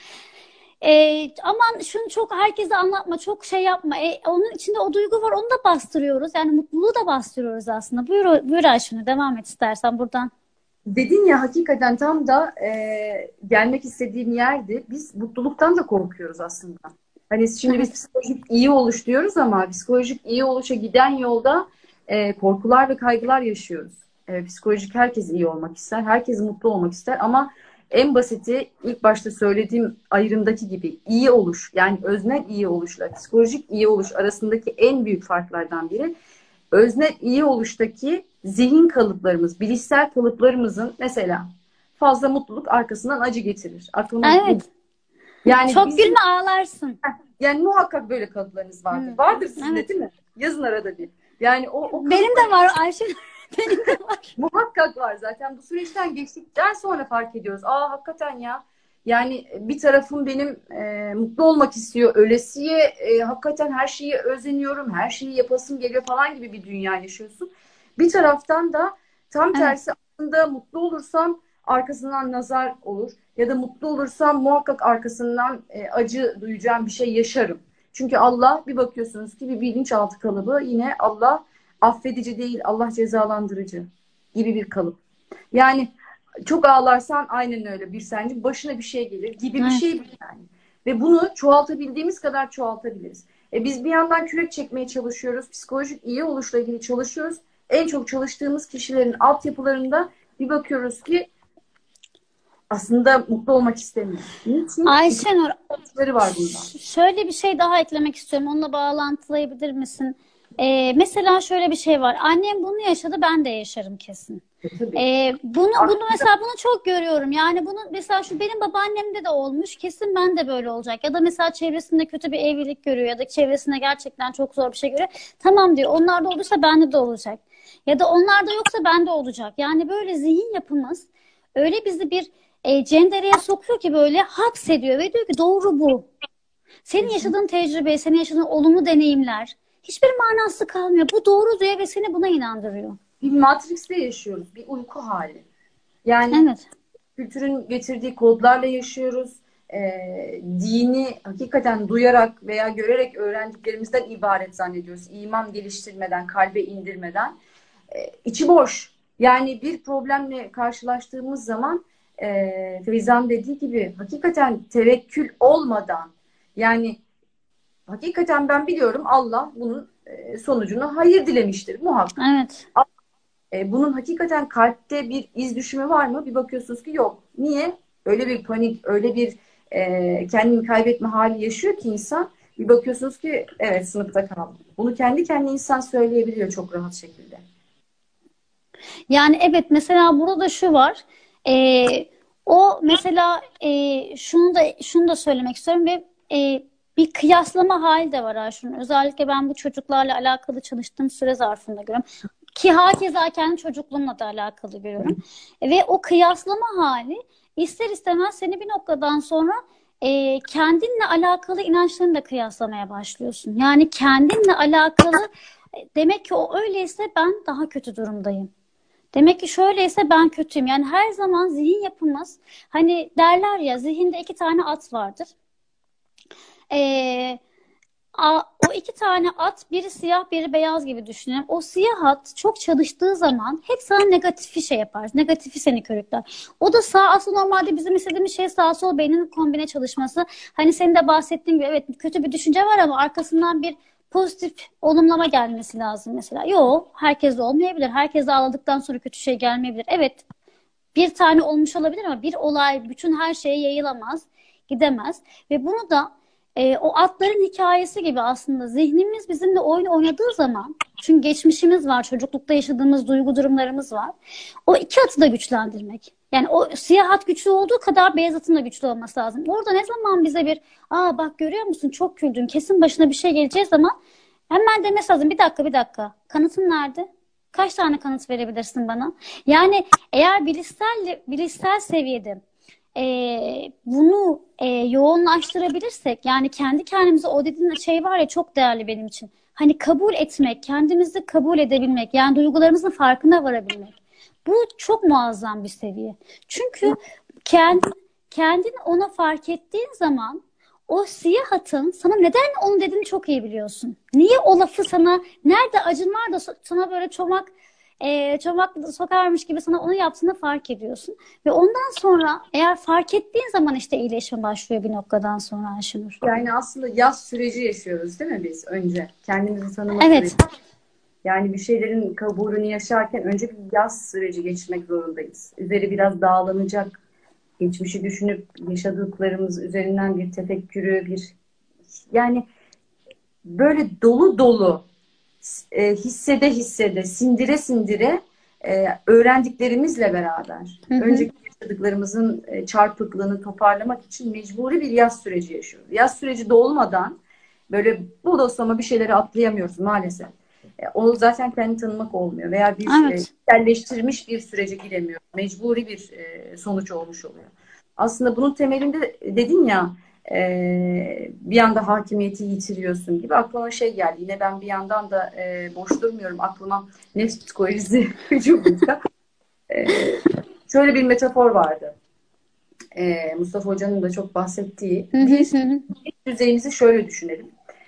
Aman şunu çok herkese anlatma, çok şey yapma. Onun içinde o duygu var, onu da bastırıyoruz. Yani mutluluğu da bastırıyoruz aslında. Buyur Ayşenur, devam et istersen buradan. Dedin ya, hakikaten tam da gelmek istediğim yerdi. Biz mutluluktan da korkuyoruz aslında. Hani şimdi biz Evet. psikolojik iyi oluş diyoruz ama psikolojik iyi oluşa giden yolda korkular ve kaygılar yaşıyoruz. Psikolojik herkes iyi olmak ister, herkes mutlu olmak ister ama en basiti ilk başta söylediğim ayrımdaki gibi iyi oluş, yani öznel iyi oluşla psikolojik iyi oluş arasındaki en büyük farklardan biri, öznel iyi oluştaki zihin kalıplarımız, bilişsel kalıplarımızın mesela fazla mutluluk arkasından acı getirir. Aklıma bu. Evet. Yani Çok bizim, gülme ağlarsın. yani muhakkak böyle kalıplarınız vardır. Hı. Vardır sizin de Evet. değil mi? Yazın arada bir. Yani o Benim kalıplar de var Ayşe. Benim de var. muhakkak var zaten. Bu süreçten geçtikten sonra fark ediyoruz. Aa, hakikaten ya. Yani bir tarafım benim mutlu olmak istiyor. Ölesiye hakikaten her şeyi özeniyorum. Her şeyi yapasım geliyor falan gibi bir dünya yaşıyorsun. Bir taraftan da tam Evet. tersi, aslında mutlu olursam arkasından nazar olur. Ya da mutlu olursam muhakkak arkasından acı duyacağım bir şey yaşarım. Çünkü Allah, bir bakıyorsunuz ki bir bilinçaltı kalıbı, yine Allah affedici değil, Allah cezalandırıcı gibi bir kalıp. Yani çok ağlarsan aynen öyle bir sence başına bir şey gelir gibi bir şey Evet. bu yani. Ve bunu çoğaltabildiğimiz kadar çoğaltabiliriz. Biz bir yandan kürek çekmeye çalışıyoruz. Psikolojik iyi oluşla ilgili çalışıyoruz. En çok çalıştığımız kişilerin altyapılarında bir bakıyoruz ki aslında mutlu olmak istemiyor. Niçin? Çünkü Ayşenur, sonuçları var bundan. şöyle bir şey daha eklemek istiyorum. Onunla bağlantılayabilir misin? Mesela şöyle bir şey var. Annem bunu yaşadı, ben de yaşarım kesin. Tabii. Bunu mesela bunu çok görüyorum. Yani bunu mesela şu benim babaannemde de olmuş. Kesin ben de böyle olacak. Ya da mesela çevresinde kötü bir evlilik görüyor ya da çevresinde gerçekten çok zor bir şey görüyor. Tamam diyor. Onlarda olursa bende de olacak. Ya da onlarda yoksa bende olacak. Yani böyle zihin yapımız öyle bizi bir cendereye sokuyor ki, böyle hapsediyor ve diyor ki doğru bu. Senin yaşadığın tecrübe, senin yaşadığın olumlu deneyimler hiçbir manası kalmıyor. Bu doğru diyor ve seni buna inandırıyor. Bir Matrix'te yaşıyoruz. Bir uyku hali. Yani Evet. kültürün getirdiği kodlarla yaşıyoruz. Dini hakikaten duyarak veya görerek öğrendiklerimizden ibaret zannediyoruz. İman geliştirmeden, kalbe indirmeden. İçi boş. Yani bir problemle karşılaştığımız zaman Feyza'nın dediği gibi hakikaten tevekkül olmadan, yani hakikaten ben biliyorum Allah bunun sonucunu hayır dilemiştir muhakkak. Evet. Bunun hakikaten kalpte bir iz düşümü var mı? Bir bakıyorsunuz ki yok. Niye? Öyle bir panik, öyle bir kendini kaybetme hali yaşıyor ki insan. Bir bakıyorsunuz ki evet, sınıfta kaldım. Bunu kendi kendine insan söyleyebiliyor çok rahat şekilde. Yani evet, mesela burada şu var. O mesela şunu da söylemek istiyorum ve bir kıyaslama hali de var Ayşun. Özellikle ben bu çocuklarla alakalı çalıştığım süre zarfında görüyorum. Ki hakeza kendi çocukluğumla da alakalı görüyorum. Ve o kıyaslama hali ister istemez seni bir noktadan sonra kendinle alakalı inançlarını da kıyaslamaya başlıyorsun. Yani kendinle alakalı demek ki o öyleyse ben daha kötü durumdayım. Demek ki şöyleyse ben kötüyüm. Yani her zaman zihin yapımız, hani derler ya, zihinde iki tane at vardır. Ee, o iki tane at, biri siyah biri beyaz gibi düşünelim. O siyah at çok çalıştığı zaman hep sana negatifi şey yapar. Negatifi seni körükler. O da sağ, aslında normalde bizim istediğimiz şey sağ sol beynin kombine çalışması. Hani senin de bahsettiğin gibi evet kötü bir düşünce var ama arkasından bir pozitif olumlama gelmesi lazım mesela. Yok, herkes de olmayabilir. Herkes de ağladıktan sonra kötü şey gelmeyebilir. Evet, bir tane olmuş olabilir ama bir olay bütün her şeye yayılamaz, gidemez. Ve bunu da o atların hikayesi gibi aslında zihnimiz bizimle oyun oynadığı zaman, çünkü geçmişimiz var, çocuklukta yaşadığımız duygu durumlarımız var. O iki atı da güçlendirmek. Yani o siyah at güçlü olduğu kadar beyaz atın da güçlü olması lazım. Orada ne zaman bize bir bak görüyor musun çok güldün, kesin başına bir şey geleceği zaman hemen demesi lazım. Bir dakika bir dakika. Kanıtın nerede? Kaç tane kanıt verebilirsin bana? Yani eğer bilişsel seviyede bunu yoğunlaştırabilirsek, yani kendi kendimize, o dediğin şey var ya çok değerli benim için. Hani kabul etmek, kendimizi kabul edebilmek, yani duygularımızın farkına varabilmek. Bu çok muazzam bir seviye. Çünkü kendini ona fark ettiğin zaman o siyah hatın sana neden onu dediğini çok iyi biliyorsun. Niye o lafı sana, nerede acın var da sana böyle çomak sokarmış gibi sana onu yaptığını fark ediyorsun. Ve ondan sonra eğer fark ettiğin zaman işte iyileşme başlıyor bir noktadan sonra Ayşenur. Yani aslında yaz süreci yaşıyoruz değil mi biz önce? Kendimizi tanıma Evet. süreci. Yani bir şeylerin kabulünü yaşarken önce bir yaz süreci geçmek zorundayız. Üzeri biraz dağlanacak. Geçmişi düşünüp yaşadıklarımız üzerinden bir tefekkürü, yani böyle dolu dolu hissede hissede, sindire sindire öğrendiklerimizle beraber önceki yaşadıklarımızın çarpıklığını toparlamak için mecburi bir yaz süreci yaşıyoruz. Yaz süreci de olmadan böyle bodoslama bir şeyleri atlayamıyoruz maalesef. O zaten kendini tanımak olmuyor veya bir Evet. içselleştirmiş bir sürece giremiyor. Mecburi bir sonuç olmuş oluyor. Aslında bunun temelinde dedin ya bir anda hakimiyeti yitiriyorsun gibi aklıma şey geldi. Yine ben bir yandan da boş durmuyorum. Aklıma nefs psikolojisi hücumunda. Şöyle bir metafor vardı. Mustafa Hoca'nın da çok bahsettiği. Biz düzeyimizi şöyle düşünelim.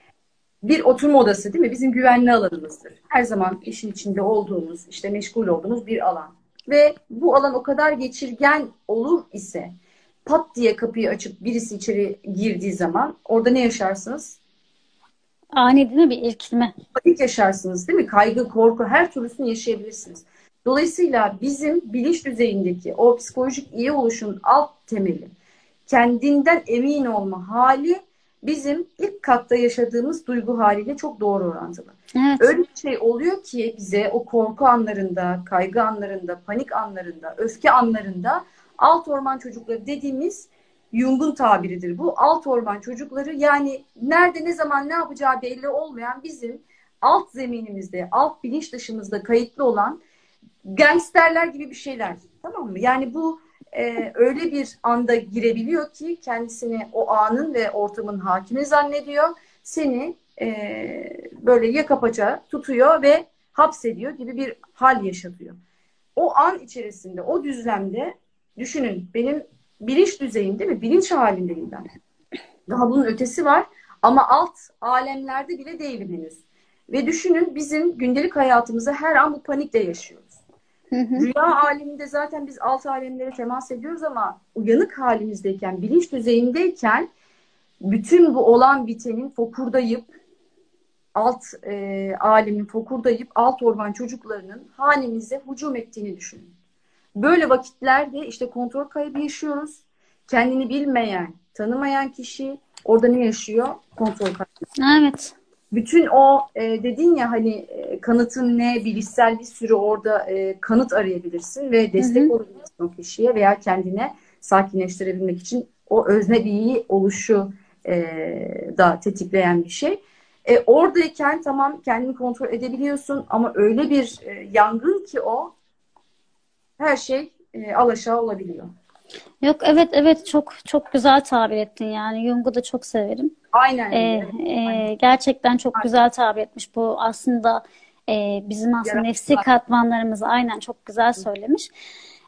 Bir oturma odası değil mi? Bizim güvenli alanımızdır. Her zaman işin içinde olduğumuz, işte meşgul olduğumuz bir alan. Ve bu alan o kadar geçirgen olur ise pat diye kapıyı açıp birisi içeri girdiği zaman orada ne yaşarsınız? Ani değil mi bir irkilme? Panik yaşarsınız değil mi? Kaygı, korku her türlüsünü yaşayabilirsiniz. Dolayısıyla bizim bilinç düzeyindeki o psikolojik iyi oluşun alt temeli kendinden emin olma hali bizim ilk katta yaşadığımız duygu haliyle çok doğru orantılı. Evet. Öyle bir şey oluyor ki bize o korku anlarında, kaygı anlarında, panik anlarında, öfke anlarında alt orman çocukları dediğimiz Jung'un tabiridir bu. Alt orman çocukları, yani nerede ne zaman ne yapacağı belli olmayan bizim alt zeminimizde, alt bilinç dışımızda kayıtlı olan gangsterler gibi bir şeyler. Tamam mı? Yani bu öyle bir anda girebiliyor ki kendisini o anın ve ortamın hakimi zannediyor. Seni böyle yaka paça tutuyor ve hapsediyor gibi bir hal yaşatıyor. O an içerisinde, o düzlemde düşünün, benim bilinç düzeyim değil mi? Bilinç halindeyim ben. Daha bunun ötesi var ama alt alemlerde bile değilim henüz. Ve düşünün, bizim gündelik hayatımızı her an bu panikle yaşıyoruz. Rüya aleminde zaten biz alt alemlere temas ediyoruz ama uyanık halimizdeyken, bilinç düzeyindeyken bütün bu olan bitenin fokurdayıp alt alemin fokurdayıp alt orman çocuklarının hanemize hücum ettiğini düşünün. Böyle vakitlerde işte kontrol kaybı yaşıyoruz. Kendini bilmeyen, tanımayan kişi orada ne yaşıyor? Kontrol kaybı. Evet. Bütün o dedin ya hani kanıtın ne, bilişsel bir sürü orada kanıt arayabilirsin ve destek olabilirsin o kişiye veya kendine sakinleştirebilmek için o özne bilgi oluşu da tetikleyen bir şey. Oradayken tamam kendini kontrol edebiliyorsun ama öyle bir yangın ki o her şey alaşağı olabiliyor. Yok, evet evet, çok çok güzel tabir ettin yani. Jung'u da çok severim. Aynen. Aynen. Gerçekten çok güzel tabir etmiş. Bu aslında bizim aslında nefsi katmanlarımızı aynen çok güzel söylemiş.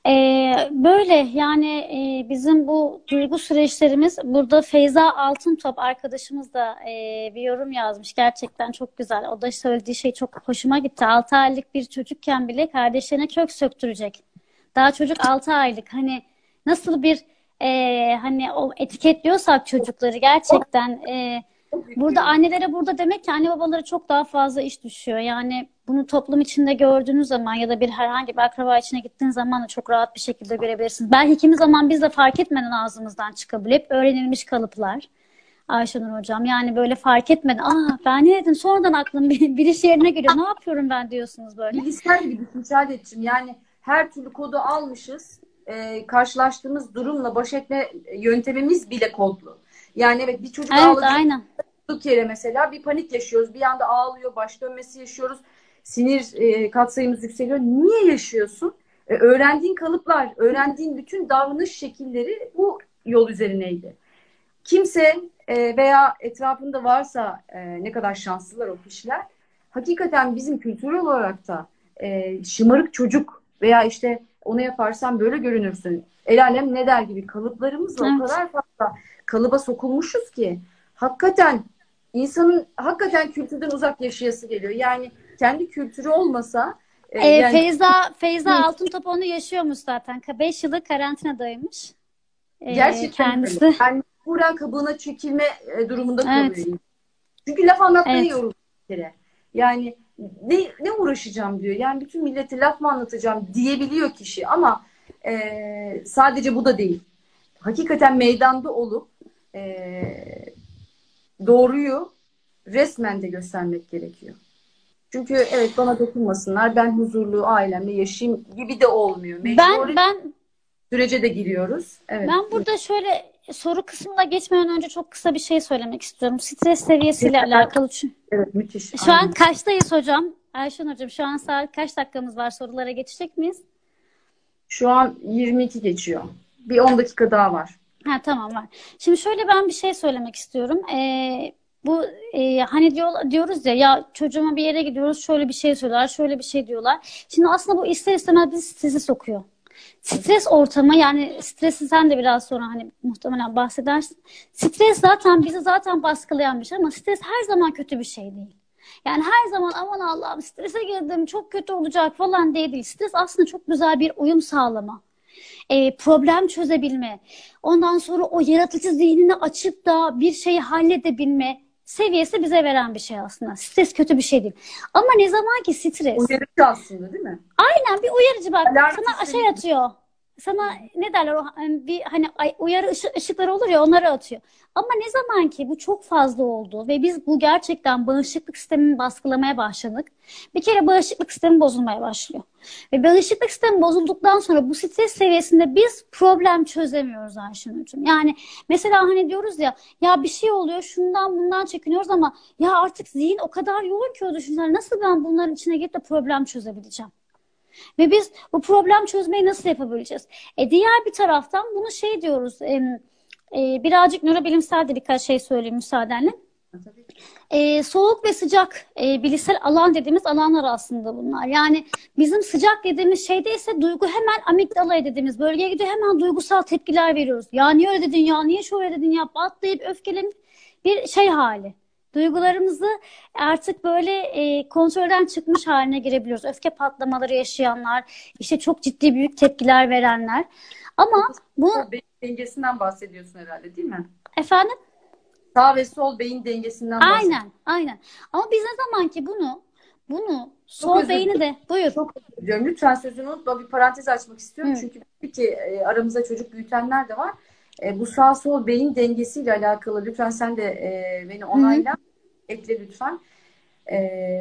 Böyle yani bizim bu duygu süreçlerimiz burada Feyza Altıntop arkadaşımız da bir yorum yazmış. Gerçekten çok güzel. O da söylediği şey çok hoşuma gitti. 6 aylık bir çocukken bile kardeşlerine kök söktürecek. Daha çocuk 6 aylık. Hani nasıl bir hani o etiketliyorsak çocukları gerçekten burada annelere burada demek ki anne babalara çok daha fazla iş düşüyor. Yani bunu toplum içinde gördüğünüz zaman ya da bir herhangi bir akraba içine gittiğiniz zaman da çok rahat bir şekilde görebilirsiniz. Belki kimi zaman biz de fark etmeden ağzımızdan çıkabilir. Hep öğrenilmiş kalıplar. Ayşenur hocam yani böyle fark etmeden ben ne dedim sonradan aklım bir iş yerine geliyor. Ne yapıyorum ben diyorsunuz böyle. Bilgisayar gibi düşün Saadetciğim. Yani her türlü kodu almışız. Karşılaştığımız durumla baş etme yöntemimiz bile kodlu. Yani evet, bir çocuk Evet ağlayacak aynen. yere mesela bir panik yaşıyoruz. Bir anda ağlıyor, baş dönmesi yaşıyoruz. Sinir katsayımız yükseliyor. Niye yaşıyorsun? Öğrendiğin kalıplar, öğrendiğin bütün davranış şekilleri bu yol üzerineydi. Kimse veya etrafında varsa ne kadar şanslılar o kişiler, hakikaten bizim kültürel olarak da şımarık çocuk veya işte onu yaparsan böyle görünürsün, el alem ne der gibi kalıplarımızla o Evet. kadar fazla kalıba sokulmuşuz ki hakikaten insanın hakikaten kültürden uzak yaşayası geliyor. Yani kendi kültürü olmasa yani Feyza Altıntop onu yaşıyormuş zaten. 5 yılı karantinadaymış gerçekten öyle. kendisi. Yani buradan kabuğuna çekilme durumunda Evet. kalıyor. Çünkü laf anlatmayı Evet. yoruldu bir kere. Yani ne uğraşacağım diyor. Yani bütün millete laf mı anlatacağım diyebiliyor kişi ama sadece bu da değil. Hakikaten meydanda olup doğruyu resmen de göstermek gerekiyor. Çünkü evet, bana dokunmasınlar, ben huzurlu ailemle yaşayayım gibi de olmuyor. Ben Mecburi ben sürece de giriyoruz. Evet. Ben burada şöyle soru kısmına geçmeden önce çok kısa bir şey söylemek istiyorum. Stres seviyesiyle alakalı. Evet, müthiş. Şu an Aynen. kaçtayız hocam? Ayşen hocam şu an saat kaç dakikamız var? Sorulara geçecek miyiz? Şu an 22 geçiyor. Bir 10 dakika daha var. Ha tamam var. Şimdi şöyle ben bir şey söylemek istiyorum. Bu hani diyoruz ya çocuğuma bir yere gidiyoruz şöyle bir şey söylüyorlar, şöyle bir şey diyorlar. Şimdi aslında bu ister istemez bizi strese sokuyor. Stres ortamı yani stresi sen de biraz sonra hani muhtemelen bahsedersin. Stres zaten bizi zaten baskılayan bir şey ama stres her zaman kötü bir şey değil. Yani her zaman aman Allah'ım strese girdim çok kötü olacak falan diye değil. Stres aslında çok güzel bir uyum sağlama. Problem çözebilme. Ondan sonra o yaratıcı zihnini açıp da bir şeyi halledebilme seviyesi bize veren bir şey aslında. Stres kötü bir şey değil. Ama ne zaman ki stres Uyarıcı aslında, değil mi? aynen bir uyarıcı bak Alarm sana sistemi. şey atıyor. Sana ne derler o bir hani uyarı ışıkları olur ya onları atıyor. Ama ne zaman ki bu çok fazla oldu ve biz bu gerçekten bağışıklık sistemini baskılamaya başladık. Bir kere bağışıklık sistemi bozulmaya başlıyor. Ve bağışıklık sistemi bozulduktan sonra bu stres seviyesinde biz problem çözemiyoruz Ayşen Hocam. Yani mesela hani diyoruz ya bir şey oluyor şundan bundan çekiniyoruz ama ya artık zihin o kadar yoğun ki o düşünceler nasıl ben bunların içine girip de problem çözebileceğim? Ve biz bu problem çözmeyi nasıl yapabileceğiz? Diğer bir taraftan bunu şey diyoruz, birazcık nörobilimsel de birkaç şey söyleyeyim müsaadenle. Tabii. Soğuk ve sıcak bilişsel alan dediğimiz alanlar aslında bunlar. Yani bizim sıcak dediğimiz şeyde ise duygu hemen amigdala dediğimiz bölgeye gidiyor. Hemen duygusal tepkiler veriyoruz. Ya niye öyle dedin ya, niye şöyle dedin ya, patlayıp öfkelenip bir şey hali. Duygularımızı artık böyle kontrolden çıkmış haline girebiliyoruz. Öfke patlamaları yaşayanlar, işte çok ciddi büyük tepkiler verenler. Ama bu Beyin dengesinden bahsediyorsun herhalde, değil mi? efendim Sağ ve sol beyin dengesinden bahsediyorsun. aynen. Ama biz ne zaman ki bunu Çok sol özür beyni dilerim. de buyur. Çok özür diliyorum. Lütfen sözünü unutma. Bir parantez açmak istiyorum. Hı. Çünkü tabii ki aramızda çocuk büyütenler de var. Bu sağ sol beyin dengesiyle alakalı lütfen sen de beni Hı hı. onayla. Ekle lütfen. E,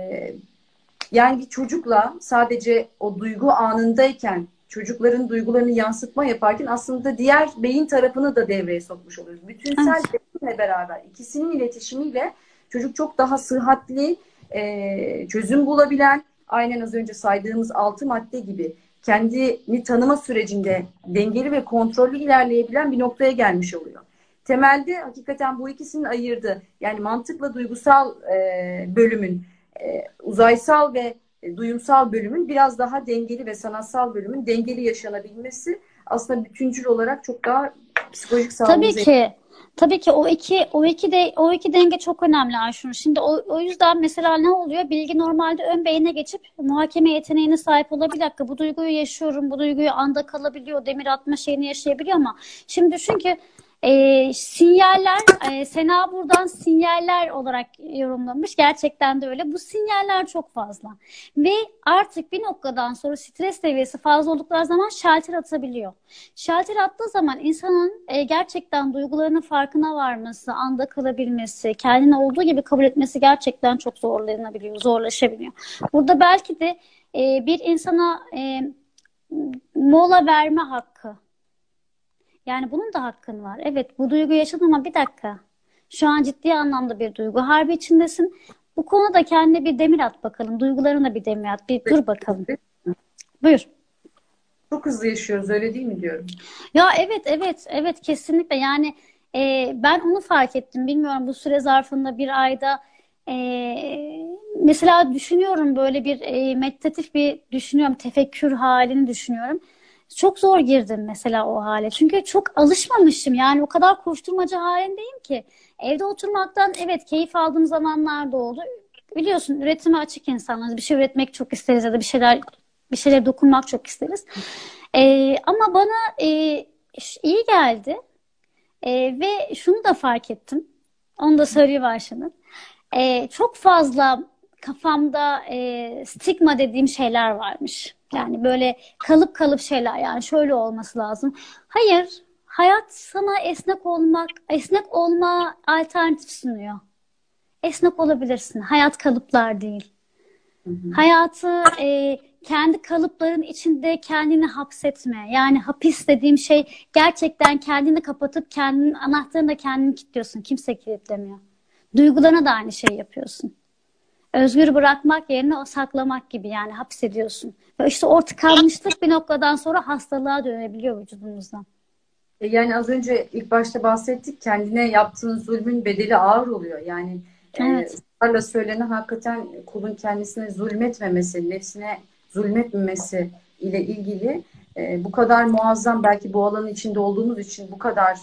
Yani bir çocukla sadece o duygu anındayken çocukların duygularını yansıtma yaparken aslında diğer beyin tarafını da devreye sokmuş oluyoruz. Bütünsel Evet. beyinle beraber ikisinin iletişimiyle çocuk çok daha sıhhatli, çözüm bulabilen, aynen az önce saydığımız 6 madde gibi kendini tanıma sürecinde dengeli ve kontrollü ilerleyebilen bir noktaya gelmiş oluyor. Temelde hakikaten bu ikisinin ayırdığı, yani mantıkla duygusal bölümün uzaysal ve duyumsal bölümün biraz daha dengeli ve sanatsal bölümün dengeli yaşanabilmesi aslında bütüncül olarak çok daha psikolojik Tabii sağlığımıza. ki. Tabii ki o iki denge çok önemli Ayşun. Şimdi o yüzden mesela ne oluyor? Bilgi normalde ön beyine geçip muhakeme yeteneğine sahip olabilir. Bir dakika, bu duyguyu yaşıyorum, bu duyguyu anda kalabiliyor, demir atma şeyini yaşayabiliyor ama şimdi düşün ki sinyaller, Sena buradan sinyaller olarak yorumlamış. Gerçekten de öyle. Bu sinyaller çok fazla. Ve artık bir noktadan sonra stres seviyesi fazla oldukları zaman şalter atabiliyor. Şalter attığı zaman insanın gerçekten duygularının farkına varması, anda kalabilmesi, kendini olduğu gibi kabul etmesi gerçekten çok zorlanabiliyor, zorlaşabiliyor. Burada belki de bir insana mola verme hakkı. Yani bunun da hakkın var. Evet, bu duyguyu yaşadın ama bir dakika. Şu an ciddi anlamda bir duygu harbi içindesin. Bu konuda kendine bir demir at bakalım. Duygularına bir demir at. Bir dur bakalım. Buyur. Çok hızlı yaşıyoruz, öyle değil mi diyorum. Ya evet, evet, evet, kesinlikle. Yani ben onu fark ettim. Bilmiyorum, bu süre zarfında bir ayda mesela düşünüyorum, böyle bir meditatif bir düşünüyorum. Tefekkür halini düşünüyorum. Çok zor girdim mesela o hale. Çünkü çok alışmamışım. Yani o kadar koşturmacı halindeyim ki. Evde oturmaktan evet keyif aldığım zamanlar da oldu. Biliyorsun, üretime açık insanlarız. Bir şey üretmek çok isteriz ya da bir şeylere dokunmak çok isteriz. Ama bana iyi geldi. Ve şunu da fark ettim. Onu da söyleyeyim Ayşenur. Çok fazla kafamda stigma dediğim şeyler varmış. Yani böyle kalıp kalıp şeyler, yani şöyle olması lazım. Hayır, hayat sana esnek olma alternatif sunuyor. Esnek olabilirsin. Hayat kalıplar değil. Hı hı. Hayatı kendi kalıpların içinde kendini hapsetme. Yani hapis dediğim şey gerçekten kendini kapatıp kendinin anahtarını da kendini kilitliyorsun. Kimse kilitlemiyor. Duygularına da aynı şey yapıyorsun. Özgür bırakmak yerine o saklamak gibi, yani hapsediyorsun. Ve işte o tıkanmışlık bir noktadan sonra hastalığa dönebiliyor vücudumuzdan. Yani az önce ilk başta bahsettik, kendine yaptığın zulmün bedeli ağır oluyor. Yani Evet. ısrarla söylenen hakikaten kulun kendisine zulmetmemesi, nefsine zulmetmemesi ile ilgili bu kadar muazzam, belki bu alanın içinde olduğumuz için bu kadar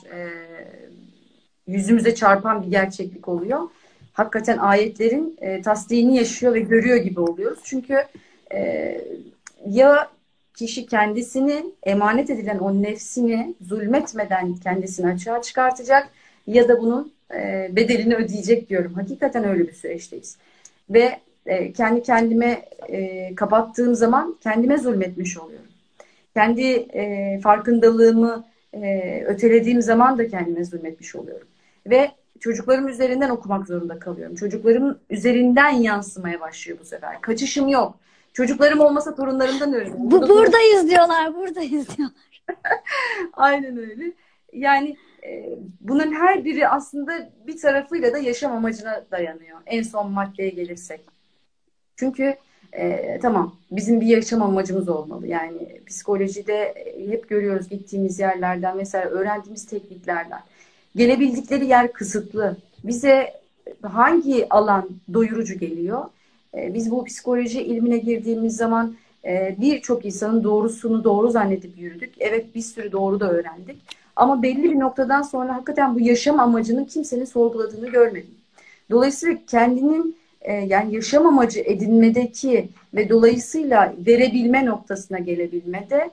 yüzümüze çarpan bir gerçeklik oluyor. Hakikaten ayetlerin tasdikini yaşıyor ve görüyor gibi oluyoruz. Çünkü e, ya kişi kendisini, emanet edilen o nefsini zulmetmeden kendisini açığa çıkartacak ya da bunun bedelini ödeyecek diyorum. Hakikaten öyle bir süreçteyiz. Ve kendi kendime kapattığım zaman kendime zulmetmiş oluyorum. Kendi farkındalığımı ötelediğim zaman da kendime zulmetmiş oluyorum. Ve çocuklarım üzerinden okumak zorunda kalıyorum. Çocuklarım üzerinden yansımaya başlıyor bu sefer. Kaçışım yok. Çocuklarım olmasa torunlarımdan öğrenirim. Buradayız diyorlar, buradayız diyorlar. Aynen öyle. Yani bunun her biri aslında bir tarafıyla da yaşam amacına dayanıyor. En son maddeye gelirsek. Çünkü tamam, bizim bir yaşam amacımız olmalı. Yani psikolojide hep görüyoruz gittiğimiz yerlerden, mesela öğrendiğimiz tekniklerden. Gelebildikleri yer kısıtlı. Bize hangi alan doyurucu geliyor? Biz bu psikoloji ilmine girdiğimiz zaman birçok insanın doğrusunu doğru zannedip yürüdük. Evet, bir sürü doğru da öğrendik. Ama belli bir noktadan sonra hakikaten bu yaşam amacının kimsenin sorguladığını görmedim. Dolayısıyla kendinin yani yaşam amacı edinmedeki ve dolayısıyla verebilme noktasına gelebilmede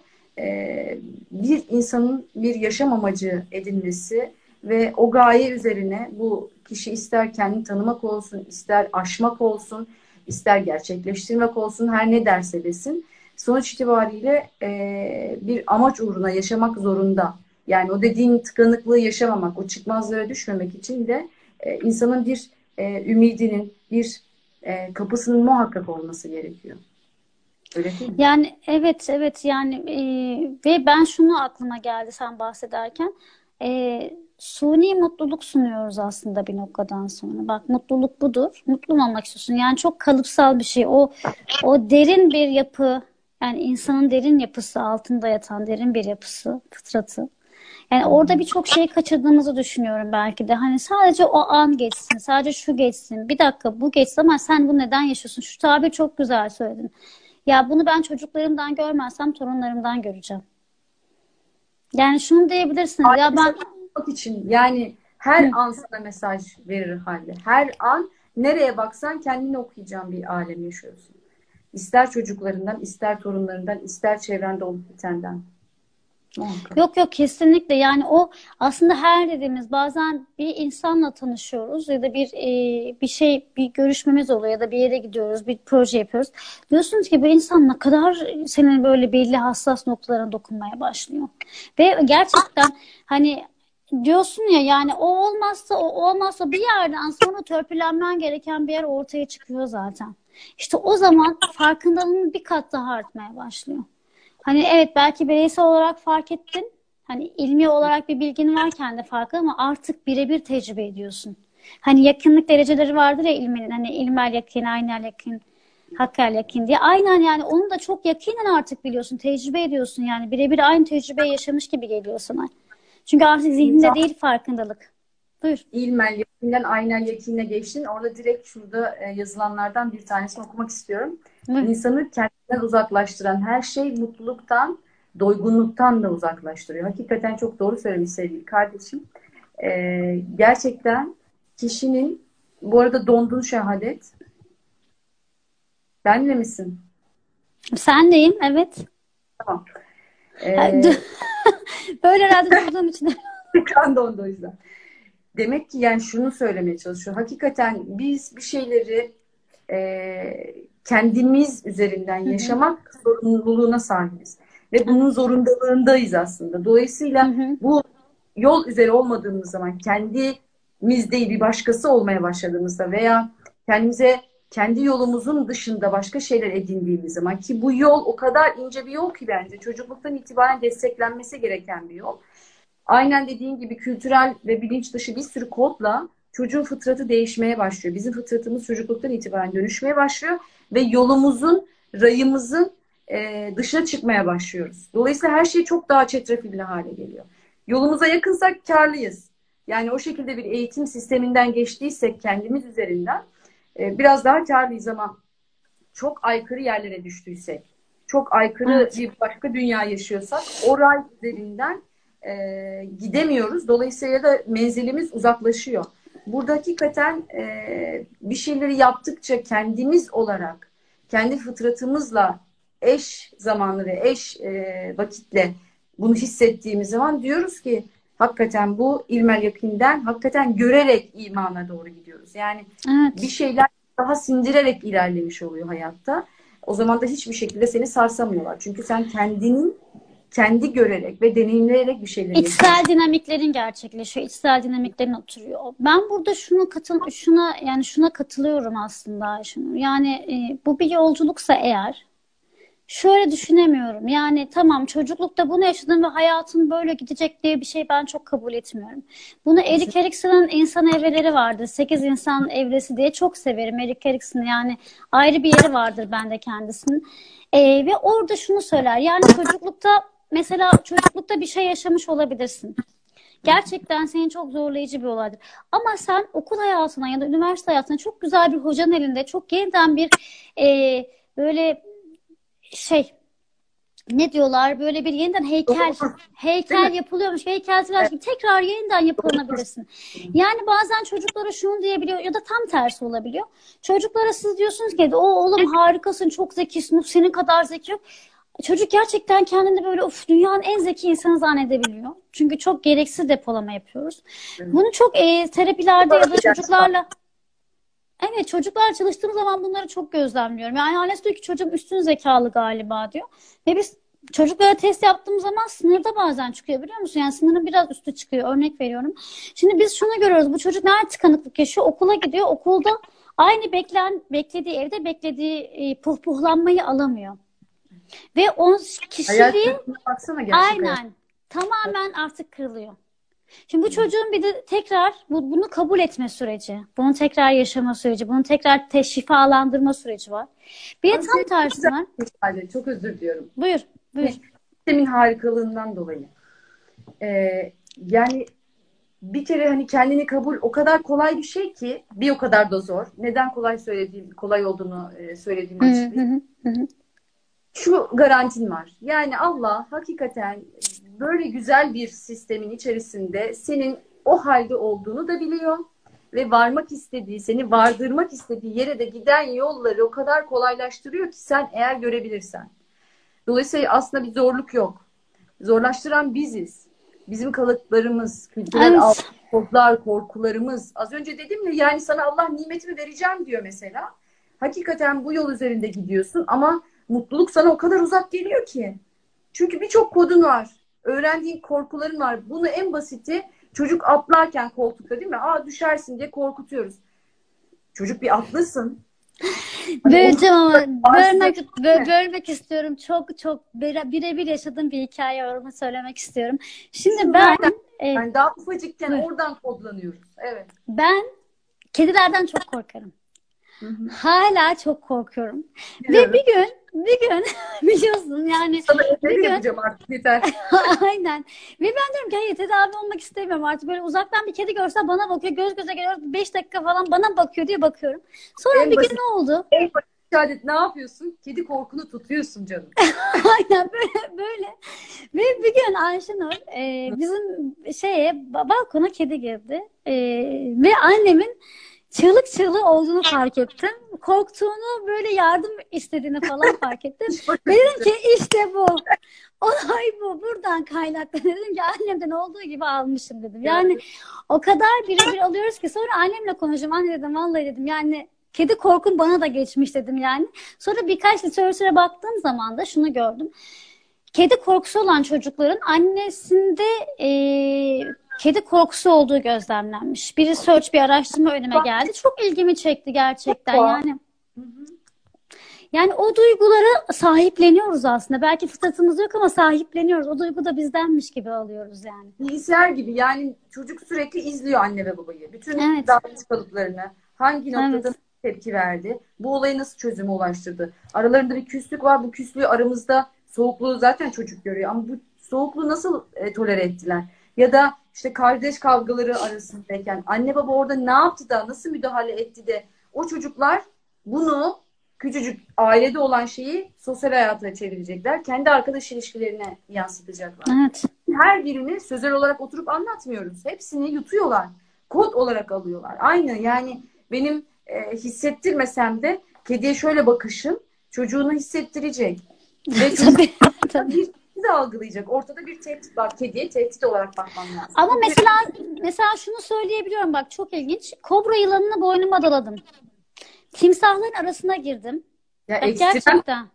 bir insanın bir yaşam amacı edinmesi ve o gaye üzerine bu kişi ister kendini tanımak olsun, ister aşmak olsun, ister gerçekleştirmek olsun, her ne derse desin, sonuç itibariyle bir amaç uğruna yaşamak zorunda. Yani o dediğin tıkanıklığı yaşamamak, o çıkmazlara düşmemek için de insanın bir ümidinin, bir kapısının muhakkak olması gerekiyor. Öyle değil mi? Yani evet, evet, yani ve ben şunu aklıma geldi sen bahsederken, suni mutluluk sunuyoruz aslında bir noktadan sonra. Bak, mutluluk budur. Mutlu mu olmak istiyorsun? Yani çok kalıpsal bir şey. O derin bir yapı, yani insanın derin yapısı, altında yatan derin bir yapısı, fıtratı. Yani orada birçok şeyi kaçırdığımızı düşünüyorum belki de. Hani sadece o an geçsin, sadece şu geçsin, bir dakika bu geçsin ama sen bunu neden yaşıyorsun? Şu tabir çok güzel söyledin. Ya bunu ben çocuklarımdan görmezsem torunlarımdan göreceğim. Yani şunu diyebilirsiniz. Ya Ailemize ben bakmak için yani her hı, an sana mesaj verir halde. Her an nereye baksan kendini okuyacağın bir alem yaşıyorsun. İster çocuklarından, ister torunlarından, ister çevrende olup bitenden. Muhakkak. yok yok kesinlikle yani o aslında her dediğimiz bazen bir insanla tanışıyoruz ya da bir görüşmemiz oluyor ya da bir yere gidiyoruz bir proje yapıyoruz. Diyorsunuz ki bu insan ne kadar senin böyle belli hassas noktalarına dokunmaya başlıyor. Ve gerçekten hani diyorsun ya yani o olmazsa bir yerden sonra törpülenmen gereken bir yer ortaya çıkıyor zaten. İşte o zaman farkındalığın bir kat daha artmaya başlıyor. Hani evet belki bireysel olarak fark ettin. Hani ilmi olarak bir bilgin var kendi farkı ama artık birebir tecrübe ediyorsun. Hani yakınlık dereceleri vardır ya ilmin. Hani ilmel yakın, aynel yakın, hakkel yakın diye. Aynen yani onu da çok yakinen artık biliyorsun. Tecrübe ediyorsun yani. Birebir aynı tecrübeyi yaşamış gibi geliyor sana. Çünkü artık zihninde değil farkındalık. Buyur. İlmel yakinen aynel yakinine geçtin. Orada direkt şurada yazılanlardan bir tanesini okumak istiyorum. Buyur. İnsanı kendinden uzaklaştıran her şey mutluluktan, doygunluktan da uzaklaştırıyor. Hakikaten çok doğru söylemiş sevgili kardeşim. Gerçekten kişinin, bu arada dondun şehadet. Benle misin? Sendeyim evet. Tamam. Ha, Ee, böyle herhalde durduğum için. Ekran dondu o yüzden. Demek ki yani şunu söylemeye çalışıyor. Hakikaten biz bir şeyleri kendimiz üzerinden Hı hı. yaşamak sorumluluğuna sahibiz. Ve bunun Evet. zorundalığındayız aslında. Hı Dolayısıyla hı. bu yol üzeri olmadığımız zaman kendimiz değil bir başkası olmaya başladığımızda veya kendimize kendi yolumuzun dışında başka şeyler edindiğimiz zaman ki bu yol o kadar ince bir yol ki bence çocukluktan itibaren desteklenmesi gereken bir yol. Aynen dediğin gibi kültürel ve bilinç dışı bir sürü kodla çocuğun fıtratı değişmeye başlıyor. Bizim fıtratımız çocukluktan itibaren dönüşmeye başlıyor ve yolumuzun, rayımızın dışına çıkmaya başlıyoruz. Dolayısıyla her şey çok daha çetrefilli hale geliyor. Yolumuza yakınsak kârlıyız. Yani o şekilde bir eğitim sisteminden geçtiysek kendimiz üzerinden biraz daha kârlıyız ama çok aykırı yerlere düştüysek, çok aykırı Evet. bir başka dünya yaşıyorsak o ray üzerinden gidemiyoruz. Dolayısıyla da menzilimiz uzaklaşıyor. Burada hakikaten bir şeyleri yaptıkça kendimiz olarak, kendi fıtratımızla eş zamanlı ve eş vakitle bunu hissettiğimiz zaman diyoruz ki hakikaten bu ilmel yakinden hakikaten görerek imana doğru gidiyoruz. Yani bir Evet. şeyler daha sindirerek ilerlemiş oluyor hayatta. O zaman da hiçbir şekilde seni sarsamıyorlar. Çünkü sen kendi görerek ve deneyimleyerek bir şeyleri İçsel yaşamışsın. dinamiklerin gerçekleşiyor, içsel dinamiklerin oturuyor. Ben burada şuna katılıyorum aslında Ayşenur. Yani bu bir yolculuksa eğer şöyle düşünemiyorum. Yani tamam çocuklukta bunu yaşadım ve hayatın böyle gidecek diye bir şey ben çok kabul etmiyorum. Bunu Erik Erikson'un insan evreleri vardır. 8 insan evresi diye çok severim Erik Erikson'u. Yani ayrı bir yeri vardır bende kendisinin. Ve orada şunu söyler. Yani çocuklukta bir şey yaşamış olabilirsin. Gerçekten senin çok zorlayıcı bir olaydır. Ama sen okul hayatına ya da üniversite hayatına çok güzel bir hocanın elinde çok yeniden bir böyle şey ne diyorlar böyle bir yeniden heykel Değil yapılıyormuş ve heykeltıraş gibi tekrar yeniden yapılanabilirsin. Yani bazen çocuklara şunu diyebiliyor ya da tam tersi olabiliyor. Çocuklara siz diyorsunuz ki o oğlum harikasın çok zekisin senin kadar zeki yok. Çocuk gerçekten kendini böyle of dünyanın en zeki insanı zannedebiliyor. Çünkü çok gereksiz depolama yapıyoruz. mi? Bunu çok terapilerde ya da çocuklarla evet çocuklar çalıştığım zaman bunları çok gözlemliyorum. Yani annesi diyor ki çocuğum üstün zekalı galiba diyor. Ve biz çocuklara test yaptığımız zaman sınırda bazen çıkıyor biliyor musun? Yani sınırın biraz üstü çıkıyor. Örnek veriyorum. Şimdi biz şunu görüyoruz. Bu çocuk nerede tıkanıklık yaşıyor? Okula gidiyor. Okulda aynı beklediği evde beklediği puhpuhlanmayı alamıyor. Ve o Hayal kişiliği kırıklığına baksana gerçek hayat. aynen tamamen artık kırılıyor. Şimdi bu çocuğun bir de tekrar bunu kabul etme süreci, bunu tekrar yaşama süreci, bunu tekrar şifalandırma süreci var. Bir de Ama tam çok tersi güzel var. bir ifade. Çok özür diliyorum. Buyur, buyur. Sistemin harikalığından dolayı. Yani bir kere hani kendini kabul o kadar kolay bir şey ki bir o kadar da zor. Neden kolay olduğunu söylediğimi Hı hı açıklayayım. hı. Hı. Şu garantin var. Yani Allah hakikaten böyle güzel bir sistemin içerisinde senin o halde olduğunu da biliyor ve varmak istediği, seni vardırmak istediği yere de giden yolları o kadar kolaylaştırıyor ki sen eğer görebilirsen. Dolayısıyla aslında bir zorluk yok. Zorlaştıran biziz. Bizim kalıplarımız, kültürel Evet. kodlar, korkularımız. Az önce dedim ya, yani sana Allah nimetimi vereceğim diyor mesela. Hakikaten bu yol üzerinde gidiyorsun ama mutluluk sana o kadar uzak geliyor ki. Çünkü birçok kodun var. Öğrendiğin korkuların var. Bunu en basiti çocuk atlarken koltukta değil mi? Aa düşersin diye korkutuyoruz. Çocuk bir atlasın. Hani onu Böleceğim ama size bölmek istiyorum. Çok çok birebir yaşadığım bir hikaye var. Onu söylemek istiyorum. Şimdi şu nereden? e, Yani daha ufacıkken buyur. oradan kodlanıyoruz. Evet. Ben kedilerden çok korkarım. Hı hı. Hala çok korkuyorum. Ve Biliyorum. bir gün biliyorsun yani Sana evde bir de gün yapacağım artık, yeter. aynen. Ve ben diyorum ki hayır tedavi olmak istemiyorum artık. Böyle uzaktan bir kedi görse bana bakıyor. Göz göze geliyoruz. 5 dakika falan bana bakıyor diye bakıyorum. Sonra En bir gün basit, ne oldu? en basit adet ne yapıyorsun? Kedi korkunu tutuyorsun canım. Aynen böyle. Ve bir gün Ayşenur bizim balkona kedi girdi. Ve annemin çığlık çığlığı olduğunu fark ettim. Korktuğunu, böyle yardım istediğini falan fark ettim. Hiç Ve bakın dedim işte. ki işte bu. Olay bu. Buradan kaynaklı. Dedim ki annemden olduğu gibi almışım dedim. Yani Yani, o kadar birebir alıyoruz ki sonra annemle konuştum. Anne dedim vallahi dedim yani kedi korkum bana da geçmiş dedim yani. Sonra birkaç literatüre baktığım zaman da şunu gördüm. Kedi korkusu olan çocukların annesinde kedi korkusu olduğu gözlemlenmiş. Bir research, bir araştırma önüme geldi. Çok ilgimi çekti çok gerçekten. doğal. Hı hı. Yani o duyguları sahipleniyoruz aslında. Belki fıtratımız yok ama sahipleniyoruz. O duygu da bizdenmiş gibi alıyoruz yani. Bilgisayar gibi, yani çocuk sürekli izliyor anne ve babayı. Bütün Evet, davranış kalıplarını, hangi noktada evet. nasıl tepki verdi, bu olayı nasıl çözüme ulaştırdı. Aralarında bir küslük var, bu küslüğü aramızda soğukluğu zaten çocuk görüyor ama bu soğukluğu nasıl tolere ettiler? Ya da işte kardeş kavgaları arasındayken anne baba orada ne yaptı da nasıl müdahale etti de o çocuklar bunu, küçücük ailede olan şeyi sosyal hayata çevirecekler. Kendi arkadaş ilişkilerine yansıtacaklar. Evet. Her birini sözel olarak oturup anlatmıyoruz. Hepsini yutuyorlar. Kod olarak alıyorlar. Aynı yani benim hissettirmesem de kediye şöyle bakışım çocuğunu hissettirecek. Ve çocuk Tabii, bir tabii. tehdit algılayacak. Ortada bir tehdit var. Kediye tehdit olarak bakmam lazım. Ama Kediye mesela şunu söyleyebiliyorum bak çok ilginç. Kobra yılanını boynuma doladım. Timsahların arasına girdim. ya Bak ekstrem gerçekten.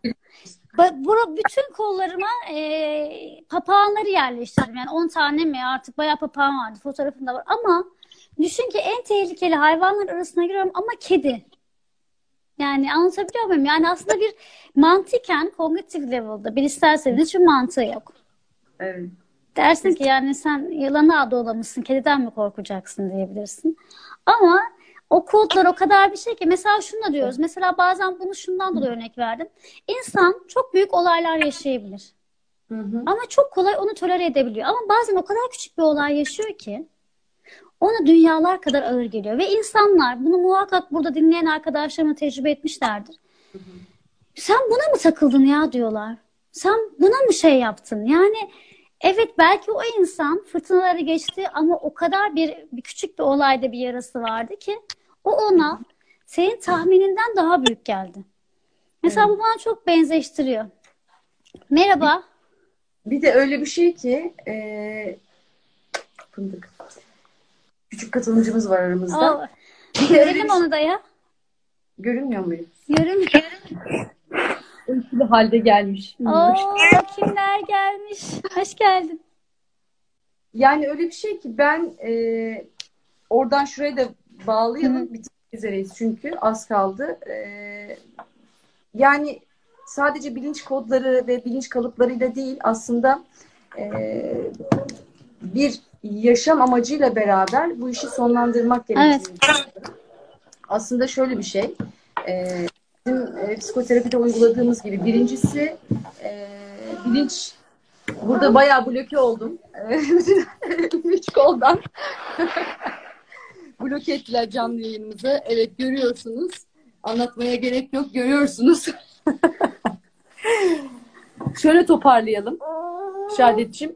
Bütün kollarıma papağanları yerleştirdim. Yani 10 tane mi artık bayağı papağan vardı. Fotoğrafında var. Ama düşün ki en tehlikeli hayvanlar arasına giriyorum ama kedi. Yani anlatabiliyor muyum? Yani aslında bir mantıken kognitif level'da bilişsel seviyede hiçbir mantığı yok. evet. Dersin ki yani sen yılanı dolamışsın, kediden mi korkacaksın diyebilirsin. Ama o kodlar o kadar bir şey ki mesela şunu da diyoruz. Mesela bazen bunu şundan dolayı örnek verdim. İnsan çok büyük olaylar yaşayabilir. Hı hı. Ama çok kolay onu tolere edebiliyor. Ama bazen o kadar küçük bir olay yaşıyor ki ona dünyalar kadar ağır geliyor. Ve insanlar bunu muhakkak burada dinleyen arkadaşlarımla tecrübe etmişlerdir. Sen buna mı takıldın ya diyorlar. Sen buna mı şey yaptın? Yani evet belki o insan fırtınaları geçti ama o kadar bir küçük bir olayda bir yarası vardı ki o ona senin tahmininden daha büyük geldi. Mesela Evet. bu bana çok benzeştiriyor. Bir, Merhaba. bir de öyle bir şey ki fındık. Küçük katılımcımız var aramızda. O, Bir de öyle bir görelim şey, onu da ya. görünmüyor muyum? Görün. Öykülü halde gelmiş. Minnoş. Oo, kimler gelmiş? Hoş geldin. Yani öyle bir şey ki ben oradan şuraya da Hı hı. bağlayalım. Bitirmek üzereyiz çünkü az kaldı. Yani sadece bilinç kodları ve bilinç kalıplarıyla değil, aslında e, bir yaşam amacıyla beraber bu işi sonlandırmak Evet. gerektiğini düşünüyorum. Aslında şöyle bir şey. Bizim psikoterapide uyguladığımız gibi birincisi bilinç Burada bayağı bloke oldum. Üç koldan bloke ettiler canlı yayınımızı. Evet, görüyorsunuz. Anlatmaya gerek yok, görüyorsunuz. Şöyle toparlayalım Şehadetciğim.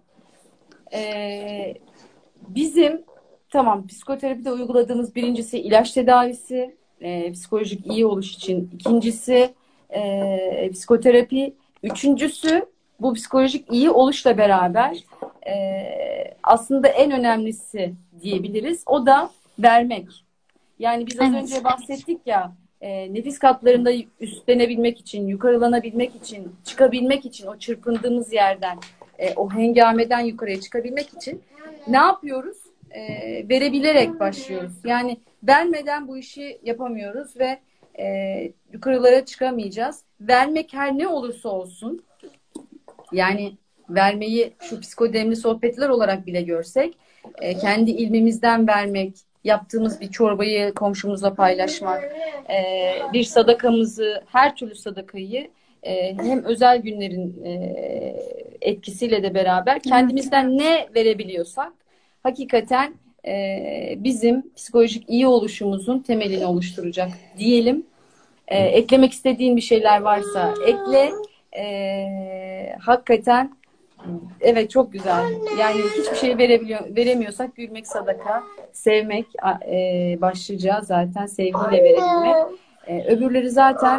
Bizim tamam psikoterapide uyguladığımız birincisi ilaç tedavisi, psikolojik iyi oluş için. İkincisi psikoterapi. Üçüncüsü bu psikolojik iyi oluşla beraber aslında en önemlisi diyebiliriz. O da vermek. Yani biz az önce bahsettik ya, nefis katlarında üstlenebilmek için, yukarılanabilmek için, çıkabilmek için o çırpındığımız yerden, o hengameden yukarıya çıkabilmek için ne yapıyoruz? Verebilerek başlıyoruz. Yani vermeden bu işi yapamıyoruz ve yukarılara çıkamayacağız. Vermek her ne olursa olsun, yani vermeyi şu psikodemli sohbetler olarak bile görsek, kendi ilmimizden vermek, yaptığımız bir çorbayı komşumuzla paylaşmak, bir sadakamızı, her türlü sadakayı hem özel günlerin etkisiyle de beraber kendimizden ne verebiliyorsak hakikaten bizim psikolojik iyi oluşumuzun temelini oluşturacak diyelim. Eklemek istediğin bir şeyler varsa ekle. Hakikaten evet, çok güzel. Yani hiçbir şey veremiyorsak gülmek sadaka, sevmek başlıca zaten sevgiyle verebilmek. Öbürleri zaten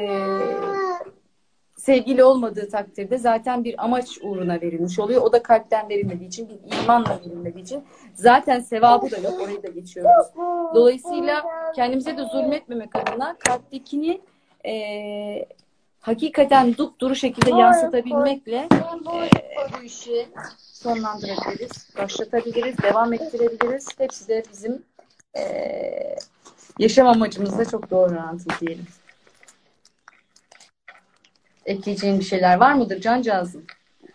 sevgili olmadığı takdirde zaten bir amaç uğruna verilmiş oluyor. O da kalpten verilmediği için, bir imanla verilmediği için zaten sevabı da yok. Orayı da geçiyoruz. Dolayısıyla kendimize de zulmetmemek adına kalptekini hakikaten dupduru şekilde yansıtabilmekle bu işi sonlandırabiliriz, başlatabiliriz, devam ettirebiliriz. Hepsi de bizim yaşam amacımızla çok doğru orantılı diyelim. Ekleyeceğin bir şeyler var mıdır cancağızım?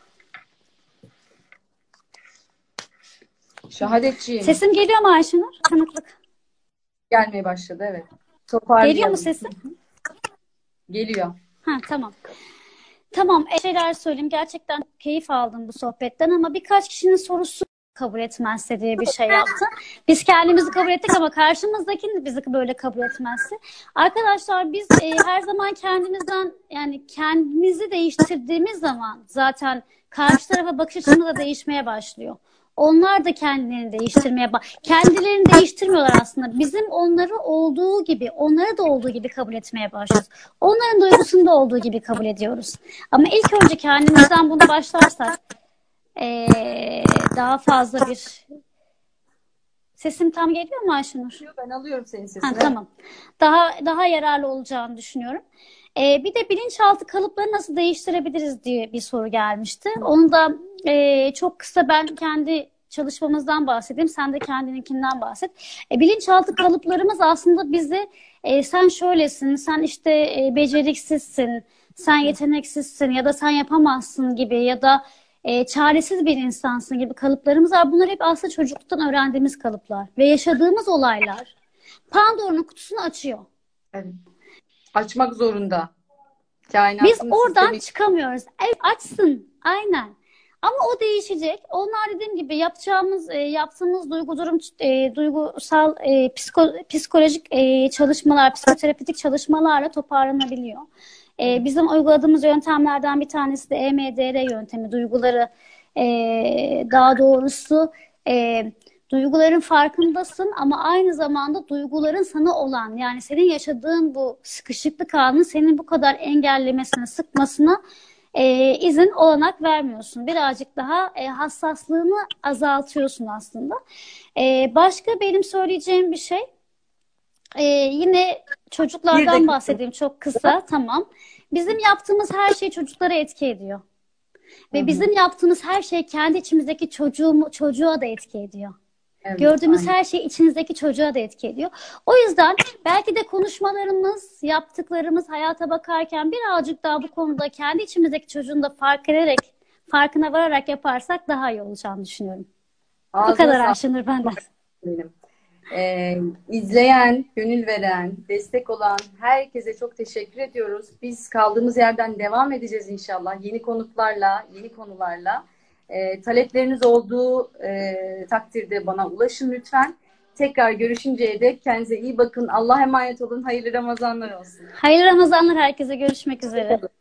Şehadetciğim. Sesim geliyor mu Ayşenur? Tanıklık. Gelmeye başladı, evet. Toparlayalım. Geliyor mu sesim? Geliyor. Ha, tamam. Tamam, şeyler söyleyeyim. Gerçekten keyif aldım bu sohbetten ama birkaç kişinin sorusu kabul etmezse diye bir şey yaptı. Biz kendimizi kabul ettik ama karşımızdakini de bizi böyle kabul etmezse. Arkadaşlar biz her zaman kendimizden, yani kendimizi değiştirdiğimiz zaman zaten karşı tarafa bakış açımız da değişmeye başlıyor. Onlar da kendilerini değiştirmeye kendilerini değiştirmiyorlar aslında. Bizim onları olduğu gibi, onları da olduğu gibi kabul etmeye başlıyoruz. Onların duygusunu da olduğu gibi kabul ediyoruz. Ama ilk önce kendimizden bunu başlarsak daha fazla bir... Sesim tam geliyor mu Ayşenur? Ben alıyorum senin sesini. Tamam. Daha yararlı olacağını düşünüyorum. Bir de bilinçaltı kalıpları nasıl değiştirebiliriz diye bir soru gelmişti. Onu da çok kısa ben kendi çalışmamızdan bahsedeyim. Sen de kendininkinden bahset. Bilinçaltı kalıplarımız aslında bizi sen şöylesin, sen işte beceriksizsin, sen yeteneksizsin ya da sen yapamazsın gibi ya da çaresiz bir insansın gibi kalıplarımız var. Bunlar hep aslında çocukluktan öğrendiğimiz kalıplar. Ve yaşadığımız olaylar Pandora'nın kutusunu açıyor. Evet. Açmak zorunda. Biz oradan çıkamıyoruz. Evet, açsın. Aynen. Ama o değişecek. Onlar dediğim gibi yaptığımız duygusal psikolojik çalışmalar, psikoterapetik çalışmalarla toparlanabiliyor. Bizim uyguladığımız yöntemlerden bir tanesi de EMDR yöntemi. Duyguları daha doğrusu duyguların farkındasın ama aynı zamanda duyguların sana olan, yani senin yaşadığın bu sıkışıklık anını senin bu kadar engellemesine, sıkmasına olanak vermiyorsun. Birazcık daha hassaslığını azaltıyorsun aslında. Başka benim söyleyeceğim bir şey, yine çocuklardan bahsedeyim çok kısa. Tamam. Bizim yaptığımız her şey çocuklara etki ediyor. Ve bizim yaptığımız her şey kendi içimizdeki çocuğa da etki ediyor. Evet, gördüğümüz her şey içinizdeki çocuğa da etki ediyor. O yüzden belki de konuşmalarımız, yaptıklarımız, hayata bakarken birazcık daha bu konuda kendi içimizdeki çocuğun da farkına vararak yaparsak daha iyi olacağını düşünüyorum. Bu kadar Ayşenur benden. İzleyen, gönül veren, destek olan herkese çok teşekkür ediyoruz. Biz kaldığımız yerden devam edeceğiz inşallah. Yeni konuklarla, yeni konularla. Talepleriniz olduğu takdirde bana ulaşın lütfen. Tekrar görüşünceye dek kendinize iyi bakın. Allah'a emanet olun. Hayırlı Ramazanlar olsun. Hayırlı Ramazanlar herkese. Görüşmek üzere.